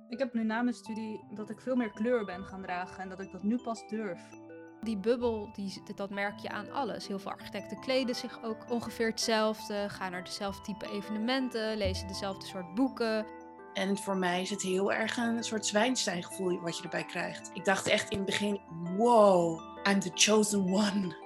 Ik heb nu na mijn studie dat ik veel meer kleur ben gaan dragen en dat ik dat nu pas durf. Die bubbel, dat merk je aan alles. Heel veel architecten kleden zich ook ongeveer hetzelfde, gaan naar dezelfde type evenementen, lezen dezelfde soort boeken. En voor mij is het heel erg een soort Zwijnstein-gevoel wat je erbij krijgt. Ik dacht echt in het begin, wow, I'm the chosen one.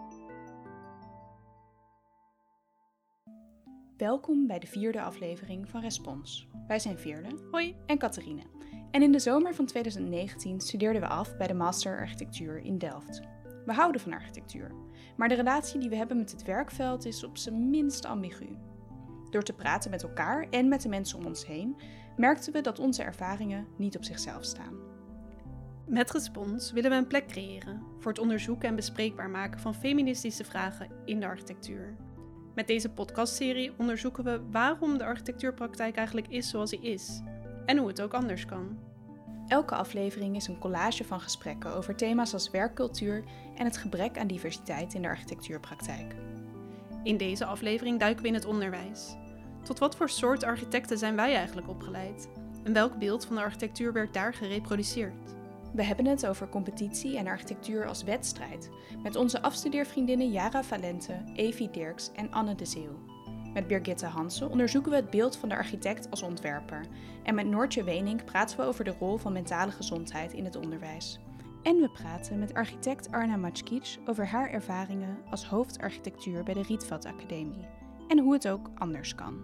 Welkom bij de 4e aflevering van Respons. Wij zijn Veerle. Hoi. En Catharine. En in de zomer van 2019 studeerden we af bij de Master Architectuur in Delft. We houden van architectuur, maar de relatie die we hebben met het werkveld is op zijn minst ambigu. Door te praten met elkaar en met de mensen om ons heen, merkten we dat onze ervaringen niet op zichzelf staan. Met Respons willen we een plek creëren voor het onderzoeken en bespreekbaar maken van feministische vragen in de architectuur. Met deze podcastserie onderzoeken we waarom de architectuurpraktijk eigenlijk is zoals die is en hoe het ook anders kan. Elke aflevering is een collage van gesprekken over thema's als werkcultuur en het gebrek aan diversiteit in de architectuurpraktijk. In deze aflevering duiken we in het onderwijs. Tot wat voor soort architecten zijn wij eigenlijk opgeleid? En welk beeld van de architectuur werd daar gereproduceerd? We hebben het over competitie en architectuur als wedstrijd, met onze afstudeervriendinnen Jara Valente, Evie Dirks en Anne de Zeeuw. Met Birgitte Hansen onderzoeken we het beeld van de architect als ontwerper. En met Noortje Wenink praten we over de rol van mentale gezondheid in het onderwijs. En we praten met architect Arna Matskic over haar ervaringen als hoofdarchitectuur bij de Rietveld Academie. En hoe het ook anders kan.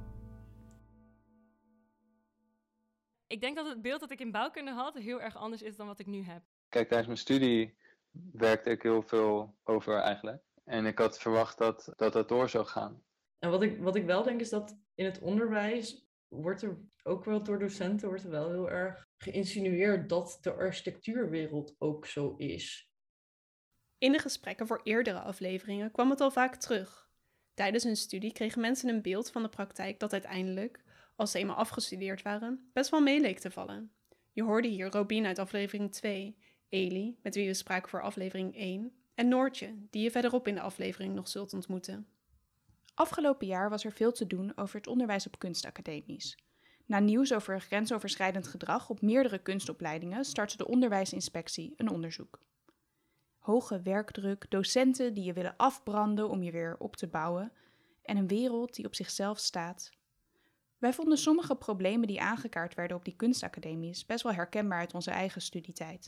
Ik denk dat het beeld dat ik in bouwkunde had heel erg anders is dan wat ik nu heb. Kijk, tijdens mijn studie werkte ik heel veel over eigenlijk. En ik had verwacht dat dat door zou gaan. En wat ik wel denk is dat in het onderwijs wordt er ook wel door docenten wordt er wel heel erg geïnsinueerd dat de architectuurwereld ook zo is. In de gesprekken voor eerdere afleveringen kwam het al vaak terug. Tijdens hun studie kregen mensen een beeld van de praktijk dat uiteindelijk, als ze eenmaal afgestudeerd waren, best wel mee leek te vallen. Je hoorde hier Robin uit aflevering 2, Eli, met wie we spraken voor aflevering 1, en Noortje, die je verderop in de aflevering nog zult ontmoeten. Afgelopen jaar was er veel te doen over het onderwijs op kunstacademies. Na nieuws over grensoverschrijdend gedrag op meerdere kunstopleidingen startte de onderwijsinspectie een onderzoek. Hoge werkdruk, docenten die je willen afbranden om je weer op te bouwen en een wereld die op zichzelf staat. Wij vonden sommige problemen die aangekaart werden op die kunstacademies best wel herkenbaar uit onze eigen studietijd.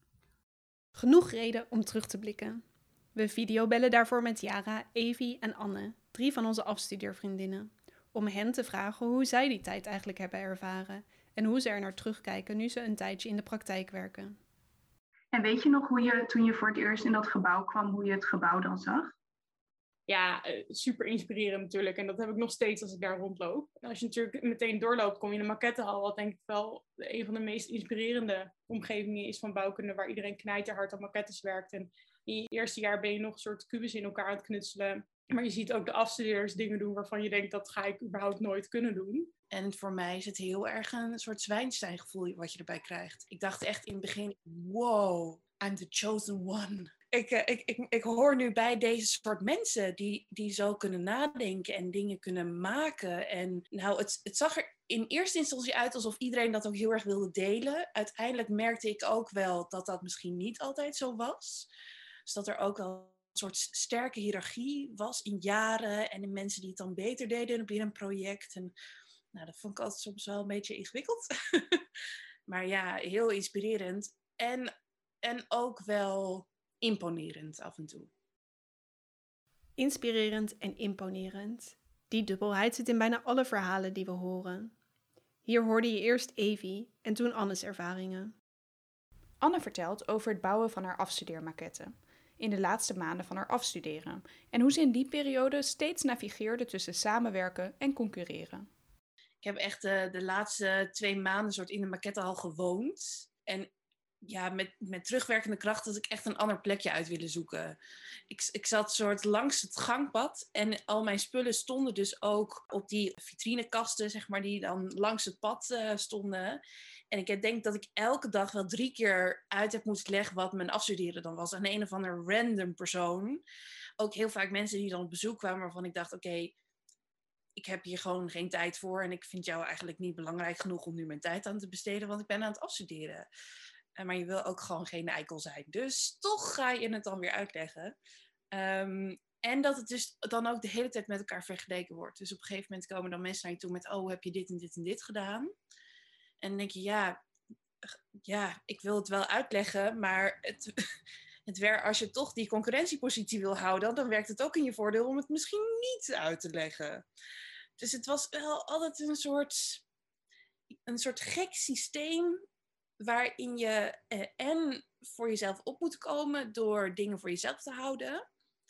Genoeg reden om terug te blikken. We videobellen daarvoor met Jara, Evie en Anne, 3 van onze afstudeervriendinnen, om hen te vragen hoe zij die tijd eigenlijk hebben ervaren en hoe ze er naar terugkijken nu ze een tijdje in de praktijk werken. En weet je nog hoe je, toen je voor het eerst in dat gebouw kwam, hoe je het gebouw dan zag? Ja, super inspirerend natuurlijk. En dat heb ik nog steeds als ik daar rondloop. En als je natuurlijk meteen doorloopt, kom je in de maquettehal, wat denk ik wel een van de meest inspirerende omgevingen is van bouwkunde, waar iedereen knijterhard aan maquettes werkt. En in je eerste jaar ben je nog een soort kubus in elkaar aan het knutselen. Maar je ziet ook de afstudeerders dingen doen waarvan je denkt, dat ga ik überhaupt nooit kunnen doen. En voor mij is het heel erg een soort Zwijnstein-gevoel wat je erbij krijgt. Ik dacht echt in het begin, wow, I'm the chosen one. Ik hoor nu bij deze soort mensen die zo kunnen nadenken en dingen kunnen maken. En nou, het zag er in eerste instantie uit alsof iedereen dat ook heel erg wilde delen. Uiteindelijk merkte ik ook wel dat dat misschien niet altijd zo was. Dus dat er ook wel een soort sterke hiërarchie was in jaren en in mensen die het dan beter deden binnen een project. En nou, dat vond ik altijd soms wel een beetje ingewikkeld. Maar ja, heel inspirerend. En ook wel imponerend af en toe. Inspirerend en imponerend. Die dubbelheid zit in bijna alle verhalen die we horen. Hier hoorde je eerst Evie en toen Anne's ervaringen. Anne vertelt over het bouwen van haar afstudeermaquette in de laatste maanden van haar afstuderen en hoe ze in die periode steeds navigeerde tussen samenwerken en concurreren. Ik heb echt de laatste 2 maanden soort in de maquettehal gewoond. En ja, met terugwerkende kracht had ik echt een ander plekje uit willen zoeken. Ik zat soort langs het gangpad en al mijn spullen stonden dus ook op die vitrinekasten, zeg maar, die dan langs het pad stonden. En ik denk dat ik elke dag wel 3 keer uit heb moeten leggen wat mijn afstuderen dan was aan een of andere random persoon. Ook heel vaak mensen die dan op bezoek kwamen waarvan ik dacht, oké, ik heb hier gewoon geen tijd voor en ik vind jou eigenlijk niet belangrijk genoeg om nu mijn tijd aan te besteden, want ik ben aan het afstuderen. Maar je wil ook gewoon geen eikel zijn. Dus toch ga je het dan weer uitleggen. En dat het dus dan ook de hele tijd met elkaar vergeleken wordt. Dus op een gegeven moment komen dan mensen naar je toe met, oh, heb je dit en dit en dit gedaan? En dan denk je, ja, ik wil het wel uitleggen, maar als je toch die concurrentiepositie wil houden, dan werkt het ook in je voordeel om het misschien niet uit te leggen. Dus het was wel altijd een soort gek systeem waarin je en voor jezelf op moet komen door dingen voor jezelf te houden.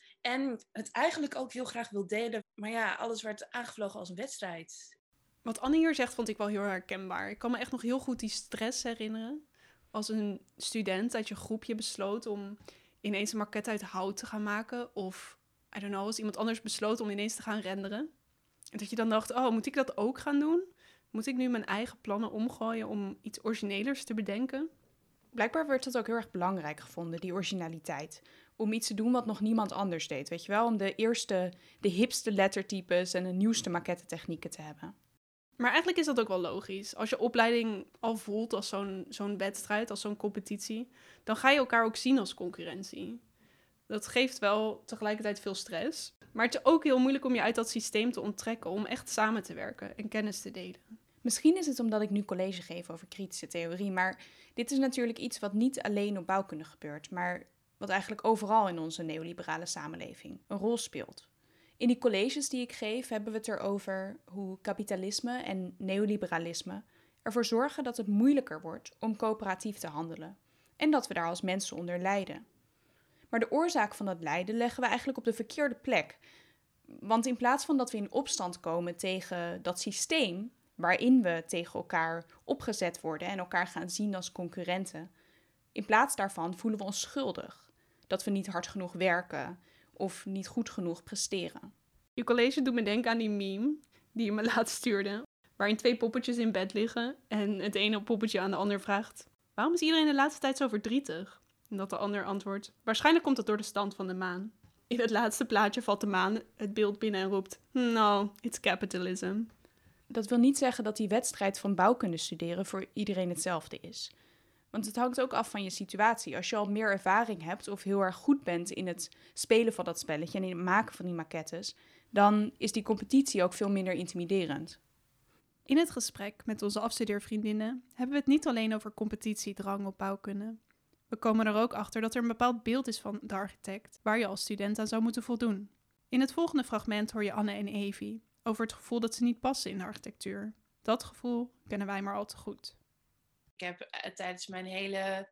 En het eigenlijk ook heel graag wil delen. Maar ja, alles werd aangevlogen als een wedstrijd. Wat Anne hier zegt, vond ik wel heel herkenbaar. Ik kan me echt nog heel goed die stress herinneren. Als een student uit je groepje besloot om ineens een maquette uit hout te gaan maken. Of, I don't know, als iemand anders besloot om ineens te gaan renderen. En dat je dan dacht, oh, moet ik dat ook gaan doen? Moet ik nu mijn eigen plannen omgooien om iets originelers te bedenken? Blijkbaar werd dat ook heel erg belangrijk gevonden, die originaliteit. Om iets te doen wat nog niemand anders deed, weet je wel? Om de hipste lettertypes en de nieuwste maquette-technieken te hebben. Maar eigenlijk is dat ook wel logisch. Als je opleiding al voelt als zo'n wedstrijd, als zo'n competitie, dan ga je elkaar ook zien als concurrentie. Dat geeft wel tegelijkertijd veel stress. Maar het is ook heel moeilijk om je uit dat systeem te onttrekken, om echt samen te werken en kennis te delen. Misschien is het omdat ik nu college geef over kritische theorie, maar dit is natuurlijk iets wat niet alleen op bouwkunde gebeurt, maar wat eigenlijk overal in onze neoliberale samenleving een rol speelt. In die colleges die ik geef hebben we het erover hoe kapitalisme en neoliberalisme ervoor zorgen dat het moeilijker wordt om coöperatief te handelen en dat we daar als mensen onder lijden. Maar de oorzaak van dat lijden leggen we eigenlijk op de verkeerde plek. Want in plaats van dat we in opstand komen tegen dat systeem waarin we tegen elkaar opgezet worden en elkaar gaan zien als concurrenten, in plaats daarvan voelen we ons schuldig. Dat we niet hard genoeg werken of niet goed genoeg presteren. Je college doet me denken aan die meme die je me laatst stuurde, waarin 2 poppetjes in bed liggen en het ene poppetje aan de ander vraagt: waarom is iedereen de laatste tijd zo verdrietig? En dat de ander antwoordt: waarschijnlijk komt dat door de stand van de maan. In het laatste plaatje valt de maan het beeld binnen en roept: no, it's capitalism. Dat wil niet zeggen dat die wedstrijd van bouwkunde studeren voor iedereen hetzelfde is. Want het hangt ook af van je situatie. Als je al meer ervaring hebt of heel erg goed bent in het spelen van dat spelletje en in het maken van die maquettes, dan is die competitie ook veel minder intimiderend. In het gesprek met onze afstudeervriendinnen hebben we het niet alleen over competitiedrang op bouwkunde. We komen er ook achter dat er een bepaald beeld is van de architect waar je als student aan zou moeten voldoen. In het volgende fragment hoor je Anne en Evie over het gevoel dat ze niet passen in de architectuur. Dat gevoel kennen wij maar al te goed. Ik heb tijdens mijn hele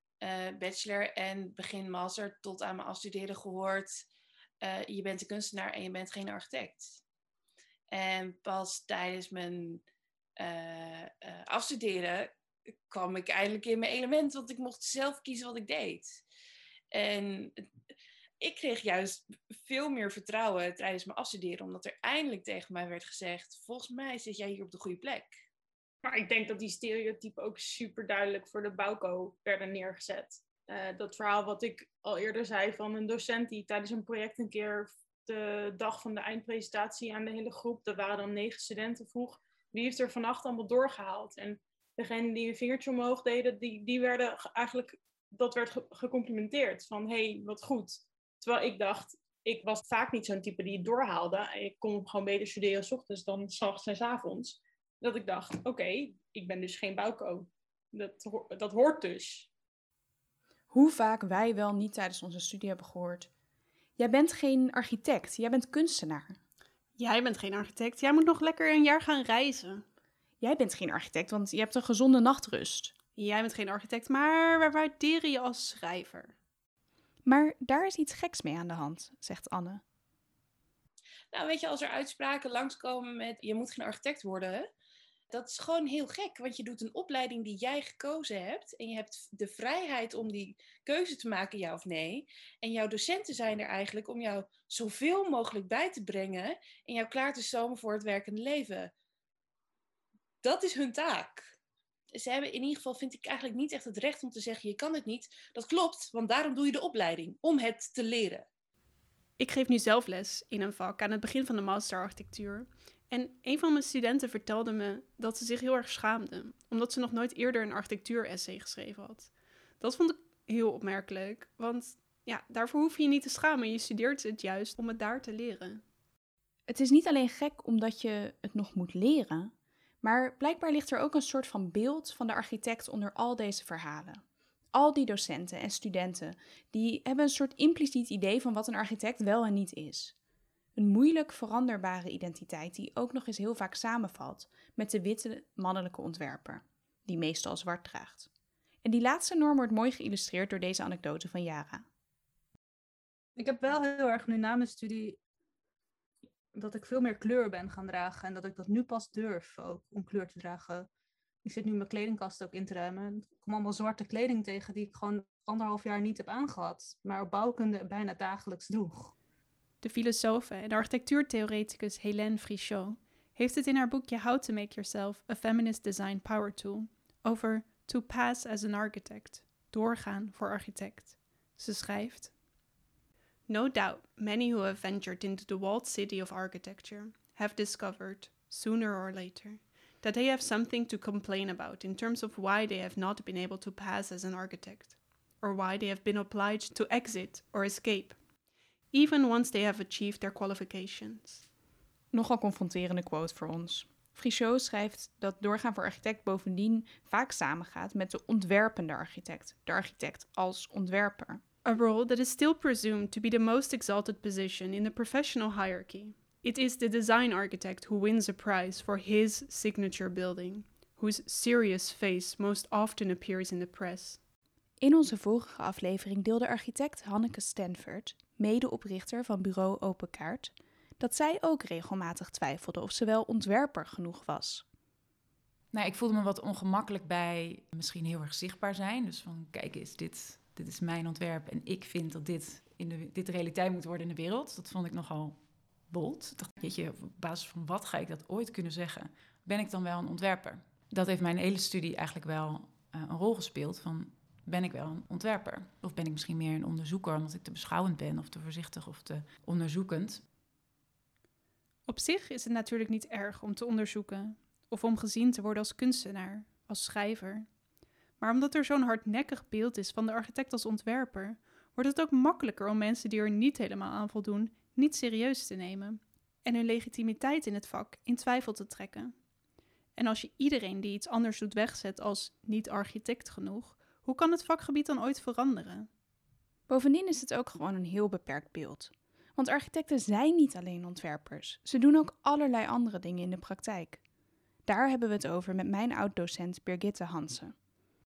bachelor en begin master tot aan mijn afstuderen gehoord: je bent een kunstenaar en je bent geen architect. En pas tijdens mijn afstuderen kwam ik eindelijk in mijn element, want ik mocht zelf kiezen wat ik deed. En ik kreeg juist veel meer vertrouwen tijdens mijn afstuderen, omdat er eindelijk tegen mij werd gezegd: volgens mij zit jij hier op de goede plek. Maar ik denk dat die stereotypen ook super duidelijk voor de bouwco werden neergezet. Dat verhaal wat ik al eerder zei van een docent die tijdens een project een keer de dag van de eindpresentatie aan de hele groep, er waren dan 9 studenten, vroeg wie heeft er vannacht allemaal doorgehaald. En degene die een vingertje omhoog deden, die werden eigenlijk, dat werd gecomplimenteerd. Van hey, wat goed. Terwijl ik dacht, ik was vaak niet zo'n type die het doorhaalde. Ik kon gewoon beter studeren 's ochtends dan 's nachts en 's avonds. Dat ik dacht, oké, ik ben dus geen bouwco. Dat hoort dus. Hoe vaak wij wel niet tijdens onze studie hebben gehoord: jij bent geen architect, jij bent kunstenaar. Jij bent geen architect, jij moet nog lekker een jaar gaan reizen. Jij bent geen architect, want je hebt een gezonde nachtrust. Jij bent geen architect, maar we waarderen je als schrijver. Maar daar is iets geks mee aan de hand, zegt Anne. Nou, weet je, als er uitspraken langskomen met je moet geen architect worden, dat is gewoon heel gek. Want je doet een opleiding die jij gekozen hebt en je hebt de vrijheid om die keuze te maken, ja of nee. En jouw docenten zijn er eigenlijk om jou zoveel mogelijk bij te brengen en jou klaar te stomen voor het werkende leven. Dat is hun taak. Ze hebben in ieder geval, vind ik, eigenlijk niet echt het recht om te zeggen: je kan het niet. Dat klopt, want daarom doe je de opleiding, om het te leren. Ik geef nu zelf les in een vak aan het begin van de master architectuur. En een van mijn studenten vertelde me dat ze zich heel erg schaamde, omdat ze nog nooit eerder een architectuur-essay geschreven had. Dat vond ik heel opmerkelijk, want ja, daarvoor hoef je je niet te schamen. Je studeert het juist om het daar te leren. Het is niet alleen gek omdat je het nog moet leren, maar blijkbaar ligt er ook een soort van beeld van de architect onder al deze verhalen. Al die docenten en studenten, die hebben een soort impliciet idee van wat een architect wel en niet is. Een moeilijk veranderbare identiteit die ook nog eens heel vaak samenvalt met de witte mannelijke ontwerper, die meestal zwart draagt. En die laatste norm wordt mooi geïllustreerd door deze anekdote van Yara. Ik heb wel heel erg nu na mijn studie dat ik veel meer kleur ben gaan dragen. En dat ik dat nu pas durf ook, om kleur te dragen. Ik zit nu mijn kledingkast ook in te ruimen. Ik kom allemaal zwarte kleding tegen die ik gewoon 1,5 jaar niet heb aangehad. Maar op bouwkunde bijna dagelijks droeg. De filosoof en architectuurtheoreticus Hélène Frichot heeft het in haar boekje How to Make Yourself a Feminist Design Power Tool over to pass as an architect, doorgaan voor architect. Ze schrijft: No doubt, many who have ventured into the walled city of architecture have discovered, sooner or later, that they have something to complain about in terms of why they have not been able to pass as an architect, or why they have been obliged to exit or escape, even once they have achieved their qualifications. Nogal confronterende quote voor ons. Frichot schrijft dat doorgaan voor architect bovendien vaak samengaat met de ontwerpende architect, de architect als ontwerper. A role that is still presumed to be the most exalted position in the professional hierarchy. It is the design architect who wins a prize for his signature building, whose serious face most often appears in the press. In onze vorige aflevering deelde architect Hanneke Stanford, medeoprichter van bureau Open Kaart, dat zij ook regelmatig twijfelde of ze wel ontwerper genoeg was. Nou, ik voelde me wat ongemakkelijk bij misschien heel erg zichtbaar zijn. Dus van, kijk eens, dit is mijn ontwerp en ik vind dat dit realiteit moet worden in de wereld. Dat vond ik nogal bold. Ik dacht, jeetje, op basis van wat ga ik dat ooit kunnen zeggen? Ben ik dan wel een ontwerper? Dat heeft mijn hele studie eigenlijk wel een rol gespeeld van, ben ik wel een ontwerper? Of ben ik misschien meer een onderzoeker omdat ik te beschouwend ben of te voorzichtig of te onderzoekend? Op zich is het natuurlijk niet erg om te onderzoeken of om gezien te worden als kunstenaar, als schrijver. Maar omdat er zo'n hardnekkig beeld is van de architect als ontwerper, wordt het ook makkelijker om mensen die er niet helemaal aan voldoen, niet serieus te nemen en hun legitimiteit in het vak in twijfel te trekken. En als je iedereen die iets anders doet wegzet als niet architect genoeg, hoe kan het vakgebied dan ooit veranderen? Bovendien is het ook gewoon een heel beperkt beeld. Want architecten zijn niet alleen ontwerpers. Ze doen ook allerlei andere dingen in de praktijk. Daar hebben we het over met mijn oud-docent Birgitte Hansen.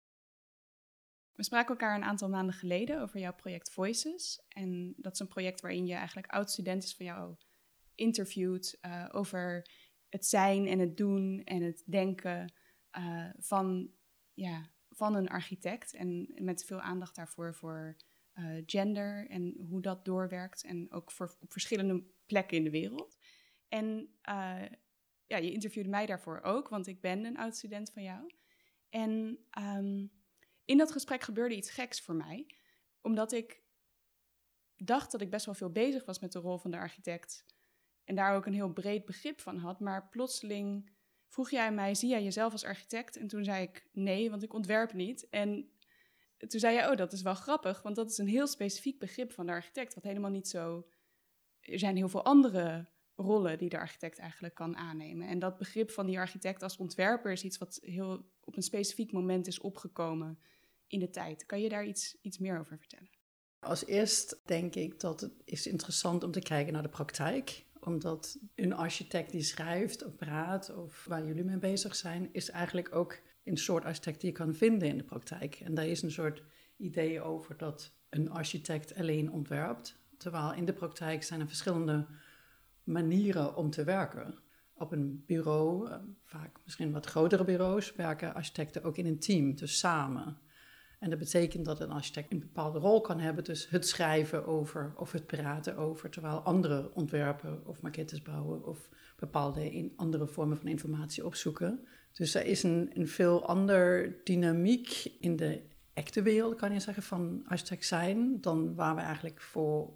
We spraken elkaar een aantal maanden geleden over jouw project Voices. En dat is een project waarin je eigenlijk oud-studenten van jou interviewt over het zijn en het doen en het denken van een architect. En met veel aandacht daarvoor voor gender en hoe dat doorwerkt. En ook op verschillende plekken in de wereld. En je interviewde mij daarvoor ook, want ik ben een oud-student van jou. En in dat gesprek gebeurde iets geks voor mij. Omdat ik dacht dat ik best wel veel bezig was met de rol van de architect. En daar ook een heel breed begrip van had. Maar plotseling vroeg jij mij, zie jij jezelf als architect? En toen zei ik, nee, want ik ontwerp niet. En toen zei je, dat is wel grappig. Want dat is een heel specifiek begrip van de architect. Wat helemaal niet zo... Er zijn heel veel andere rollen die de architect eigenlijk kan aannemen. En dat begrip van die architect als ontwerper is iets wat heel op een specifiek moment is opgekomen in de tijd. Kan je daar iets meer over vertellen? Als eerst denk ik dat het is interessant om te kijken naar de praktijk. Omdat een architect die schrijft of praat of waar jullie mee bezig zijn, is eigenlijk ook een soort architect die je kan vinden in de praktijk. En daar is een soort idee over dat een architect alleen ontwerpt. Terwijl in de praktijk zijn er verschillende manieren om te werken. Op een bureau, vaak misschien wat grotere bureaus, werken architecten ook in een team, dus samen. En dat betekent dat een architect een bepaalde rol kan hebben, dus het schrijven over of het praten over, terwijl anderen ontwerpen of maquettes bouwen of bepaalde andere vormen van informatie opzoeken. Dus er is een veel ander dynamiek in de echte wereld, kan je zeggen, van architect zijn, dan waar we eigenlijk voor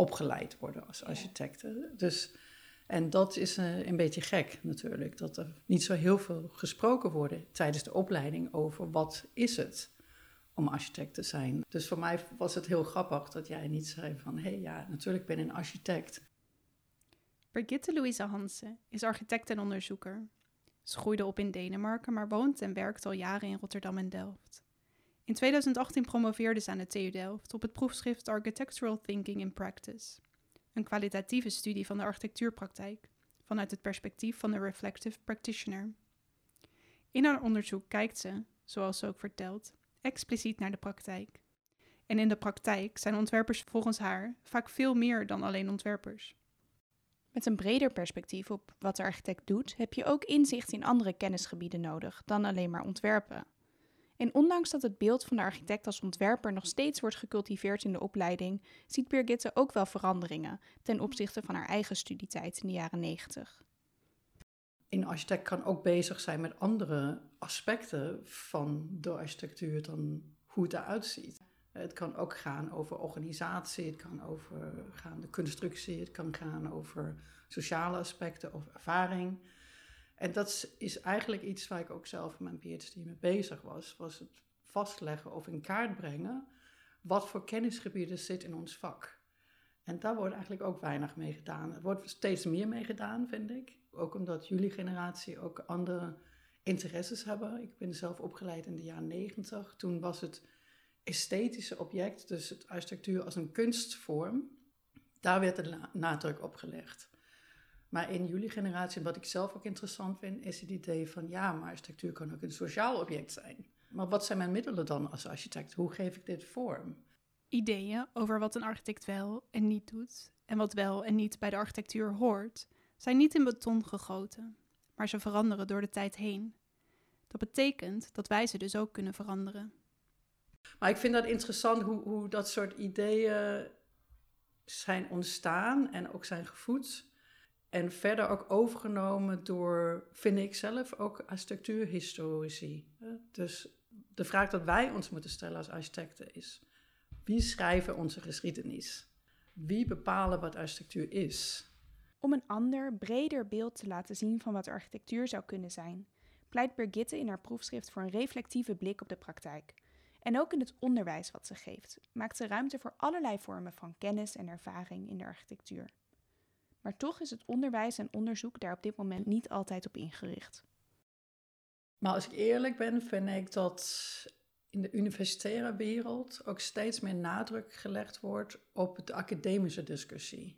opgeleid worden als architecten. Dus, en dat is een beetje gek natuurlijk, dat er niet zo heel veel gesproken wordt tijdens de opleiding over wat is het om architect te zijn. Dus voor mij was het heel grappig dat jij niet zei van, ja, natuurlijk ben ik een architect. Birgitte Louise Hansen is architect en onderzoeker. Ze groeide op in Denemarken, maar woont en werkt al jaren in Rotterdam en Delft. In 2018 promoveerde ze aan de TU Delft op het proefschrift Architectural Thinking in Practice. Een kwalitatieve studie van de architectuurpraktijk, vanuit het perspectief van de reflective practitioner. In haar onderzoek kijkt ze, zoals ze ook vertelt, expliciet naar de praktijk. En in de praktijk zijn ontwerpers volgens haar vaak veel meer dan alleen ontwerpers. Met een breder perspectief op wat de architect doet, heb je ook inzicht in andere kennisgebieden nodig dan alleen maar ontwerpen. En ondanks dat het beeld van de architect als ontwerper nog steeds wordt gecultiveerd in de opleiding, ziet Birgitte ook wel veranderingen ten opzichte van haar eigen studietijd in de jaren 90. Een architect kan ook bezig zijn met andere aspecten van de architectuur dan hoe het eruit ziet. Het kan ook gaan over organisatie, het kan over de constructie, het kan gaan over sociale aspecten of ervaring. En dat is eigenlijk iets waar ik ook zelf in mijn PhD mee bezig was het vastleggen of in kaart brengen wat voor kennisgebieden zit in ons vak. En daar wordt eigenlijk ook weinig mee gedaan. Er wordt steeds meer mee gedaan, vind ik. Ook omdat jullie generatie ook andere interesses hebben. Ik ben zelf opgeleid in de jaren 90. Toen was het esthetische object, dus het architectuur als een kunstvorm, daar werd de nadruk op gelegd. Maar in jullie generatie, wat ik zelf ook interessant vind, is het idee van ja, maar architectuur kan ook een sociaal object zijn. Maar wat zijn mijn middelen dan als architect? Hoe geef ik dit vorm? Ideeën over wat een architect wel en niet doet en wat wel en niet bij de architectuur hoort, zijn niet in beton gegoten, maar ze veranderen door de tijd heen. Dat betekent dat wij ze dus ook kunnen veranderen. Maar ik vind dat interessant hoe dat soort ideeën zijn ontstaan en ook zijn gevoed. En verder ook overgenomen door, vind ik zelf, ook architectuurhistorici. Dus de vraag dat wij ons moeten stellen als architecten is: wie schrijven onze geschiedenis? Wie bepalen wat architectuur is? Om een ander, breder beeld te laten zien van wat architectuur zou kunnen zijn, pleit Birgitte in haar proefschrift voor een reflectieve blik op de praktijk. En ook in het onderwijs wat ze geeft, maakt ze ruimte voor allerlei vormen van kennis en ervaring in de architectuur. Maar toch is het onderwijs en onderzoek daar op dit moment niet altijd op ingericht. Maar als ik eerlijk ben, vind ik dat in de universitaire wereld ook steeds meer nadruk gelegd wordt op de academische discussie.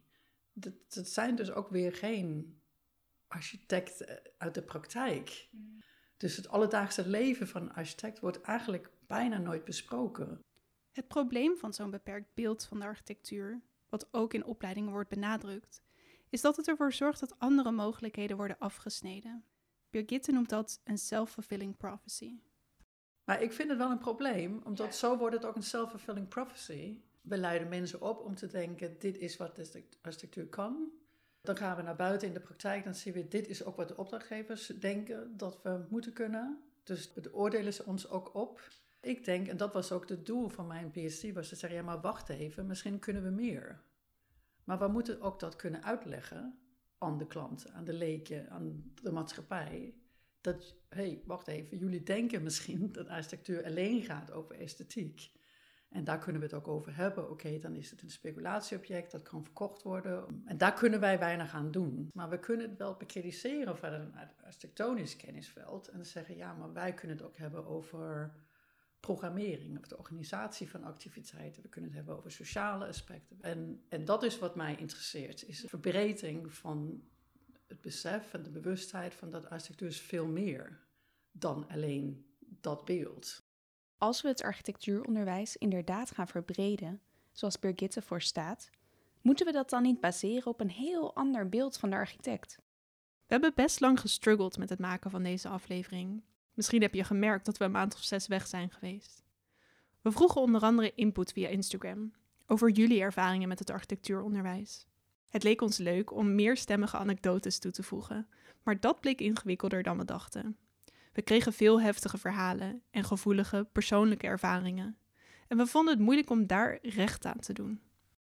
Dat zijn dus ook weer geen architecten uit de praktijk. Dus het alledaagse leven van een architect wordt eigenlijk bijna nooit besproken. Het probleem van zo'n beperkt beeld van de architectuur, wat ook in opleidingen wordt benadrukt, is dat het ervoor zorgt dat andere mogelijkheden worden afgesneden. Birgitte noemt dat een self-fulfilling prophecy. Maar ik vind het wel een probleem, omdat zo wordt het ook een self-fulfilling prophecy. We leiden mensen op om te denken, dit is wat de architectuur kan. Dan gaan we naar buiten in de praktijk, dan zien we, dit is ook wat de opdrachtgevers denken dat we moeten kunnen. Dus beoordelen ze ons ook op. Ik denk, en dat was ook het doel van mijn PhD, was te zeggen, ja maar wacht even, misschien kunnen we meer. Maar we moeten ook dat kunnen uitleggen aan de klant, aan de leek, aan de maatschappij. Dat, wacht even, jullie denken misschien dat architectuur alleen gaat over esthetiek. En daar kunnen we het ook over hebben. Oké, dan is het een speculatieobject, dat kan verkocht worden. En daar kunnen wij weinig aan doen. Maar we kunnen het wel bekritiseren vanuit een architectonisch kennisveld. En zeggen, ja, maar wij kunnen het ook hebben over programmering of de organisatie van activiteiten. We kunnen het hebben over sociale aspecten. En dat is wat mij interesseert, is de verbreding van het besef en de bewustheid van dat architectuur is veel meer dan alleen dat beeld. Als we het architectuuronderwijs inderdaad gaan verbreden, zoals Birgitte voorstaat, moeten we dat dan niet baseren op een heel ander beeld van de architect? We hebben best lang gestruggeld met het maken van deze aflevering. Misschien heb je gemerkt dat we een maand of 6 weg zijn geweest. We vroegen onder andere input via Instagram over jullie ervaringen met het architectuuronderwijs. Het leek ons leuk om meerstemmige anekdotes toe te voegen, maar dat bleek ingewikkelder dan we dachten. We kregen veel heftige verhalen en gevoelige persoonlijke ervaringen. En we vonden het moeilijk om daar recht aan te doen.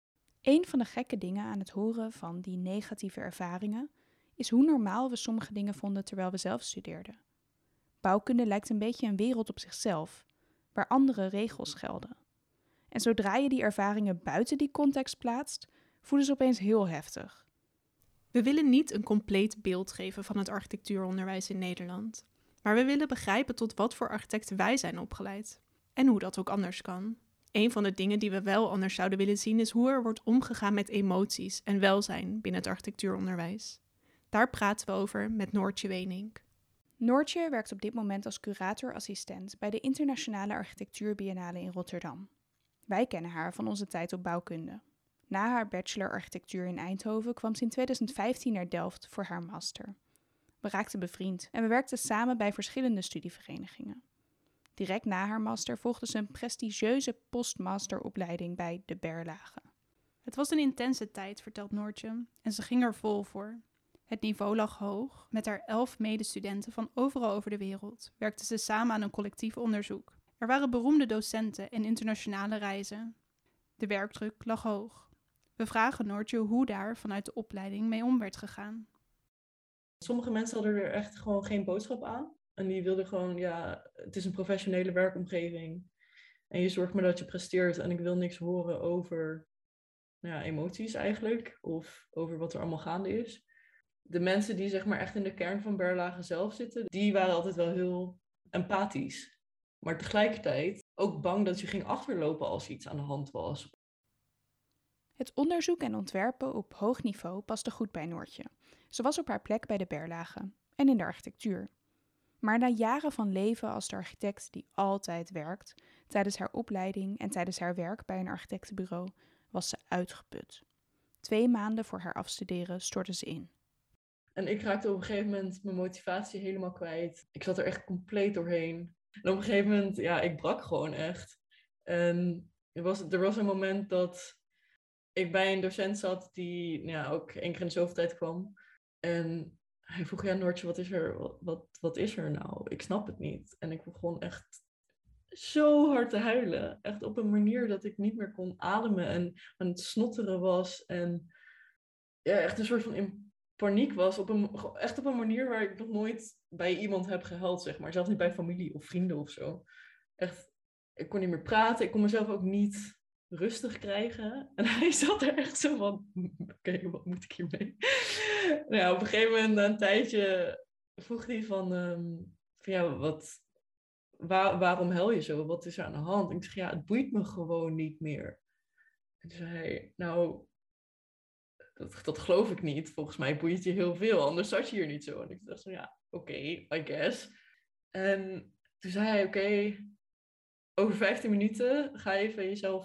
Een van de gekke dingen aan het horen van die negatieve ervaringen is hoe normaal we sommige dingen vonden terwijl we zelf studeerden. Bouwkunde lijkt een beetje een wereld op zichzelf, waar andere regels gelden. En zodra je die ervaringen buiten die context plaatst, voelen ze opeens heel heftig. We willen niet een compleet beeld geven van het architectuuronderwijs in Nederland, maar we willen begrijpen tot wat voor architecten wij zijn opgeleid en hoe dat ook anders kan. Een van de dingen die we wel anders zouden willen zien is hoe er wordt omgegaan met emoties en welzijn binnen het architectuuronderwijs. Daar praten we over met Noortje Wenink. Noortje werkt op dit moment als curator-assistent bij de Internationale Architectuurbiennale in Rotterdam. Wij kennen haar van onze tijd op bouwkunde. Na haar bachelor architectuur in Eindhoven kwam ze in 2015 naar Delft voor haar master. We raakten bevriend en we werkten samen bij verschillende studieverenigingen. Direct na haar master volgde ze een prestigieuze postmasteropleiding bij de Berlage. Het was een intense tijd, vertelt Noortje, en ze ging er vol voor. Het niveau lag hoog. Met haar 11 medestudenten van overal over de wereld werkten ze samen aan een collectief onderzoek. Er waren beroemde docenten en internationale reizen. De werkdruk lag hoog. We vragen Noortje hoe daar vanuit de opleiding mee om werd gegaan. Sommige mensen hadden er echt gewoon geen boodschap aan. En die wilden gewoon, ja, het is een professionele werkomgeving. En je zorgt maar dat je presteert. En ik wil niks horen over emoties eigenlijk. Of over wat er allemaal gaande is. De mensen die zeg maar echt in de kern van Berlage zelf zitten, die waren altijd wel heel empathisch. Maar tegelijkertijd ook bang dat je ging achterlopen als iets aan de hand was. Het onderzoek en ontwerpen op hoog niveau paste goed bij Noortje. Ze was op haar plek bij de Berlage en in de architectuur. Maar na jaren van leven als de architect die altijd werkt, tijdens haar opleiding en tijdens haar werk bij een architectenbureau, was ze uitgeput. 2 maanden voor haar afstuderen stortte ze in. En ik raakte op een gegeven moment mijn motivatie helemaal kwijt. Ik zat er echt compleet doorheen. En op een gegeven moment, ik brak gewoon echt. En er was een moment dat ik bij een docent zat die ook 1 keer in de zoveel tijd kwam. En hij vroeg, Noortje, wat is er nou? Ik snap het niet. En ik begon echt zo hard te huilen. Echt op een manier dat ik niet meer kon ademen en aan het snotteren was. En echt een soort van in paniek was. Echt op een manier waar ik nog nooit bij iemand heb gehuild, zeg maar. Zelfs niet bij familie of vrienden of zo. Echt, ik kon niet meer praten. Ik kon mezelf ook niet rustig krijgen. En hij zat er echt zo van, oké, wat moet ik hiermee? Op een gegeven moment, na een tijdje, vroeg hij van waarom huil je zo? Wat is er aan de hand? En ik zeg, het boeit me gewoon niet meer. En toen zei hij, dat geloof ik niet. Volgens mij boeit je heel veel, anders zat je hier niet zo. En ik dacht zo, oké, I guess. En toen zei hij, oké, over 15 minuten ga je even jezelf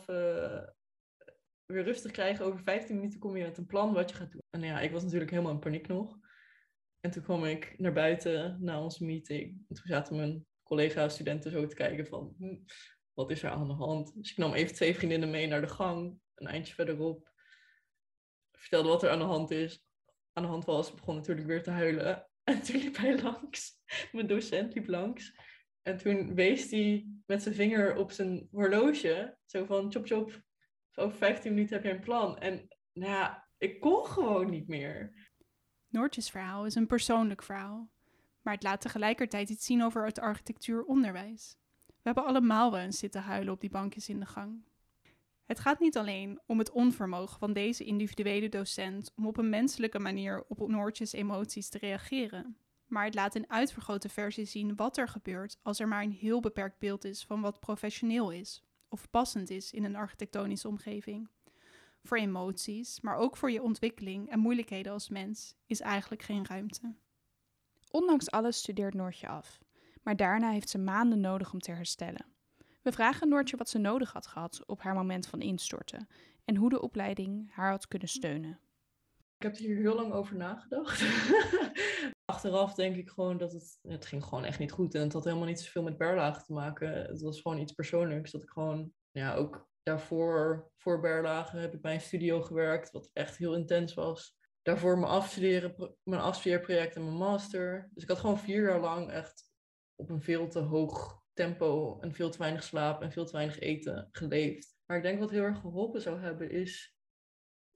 weer rustig krijgen. Over 15 minuten kom je met een plan wat je gaat doen. En ik was natuurlijk helemaal in paniek nog. En toen kwam ik naar buiten na onze meeting. En toen zaten mijn collega-studenten zo te kijken van, wat is er aan de hand? Dus ik nam even 2 vriendinnen mee naar de gang, een eindje verderop. Vertelde wat er aan de hand was. Begon natuurlijk weer te huilen. En toen liep hij langs. Mijn docent liep langs. En toen wees hij met zijn vinger op zijn horloge. Zo van, chop chop. Over 15 minuten heb je een plan. En ik kon gewoon niet meer. Noortjes verhaal is een persoonlijk verhaal. Maar het laat tegelijkertijd iets zien over het architectuuronderwijs. We hebben allemaal wel eens zitten huilen op die bankjes in de gang. Het gaat niet alleen om het onvermogen van deze individuele docent om op een menselijke manier op Noortjes emoties te reageren. Maar het laat in uitvergrote versie zien wat er gebeurt als er maar een heel beperkt beeld is van wat professioneel is of passend is in een architectonische omgeving. Voor emoties, maar ook voor je ontwikkeling en moeilijkheden als mens is eigenlijk geen ruimte. Ondanks alles studeert Noortje af, maar daarna heeft ze maanden nodig om te herstellen. We vragen Noortje wat ze nodig had gehad op haar moment van instorten en hoe de opleiding haar had kunnen steunen. Ik heb hier heel lang over nagedacht. Achteraf denk ik gewoon dat het ging gewoon echt niet goed. En het had helemaal niet zoveel met Berlage te maken. Het was gewoon iets persoonlijks. Dat ik gewoon, ook daarvoor, voor Berlage, heb ik bij een studio gewerkt. Wat echt heel intens was. Daarvoor mijn afstudeerproject en mijn master. Dus ik had gewoon 4 jaar lang echt op een veel te hoog tempo en veel te weinig slaap en veel te weinig eten geleefd. Maar ik denk wat heel erg geholpen zou hebben is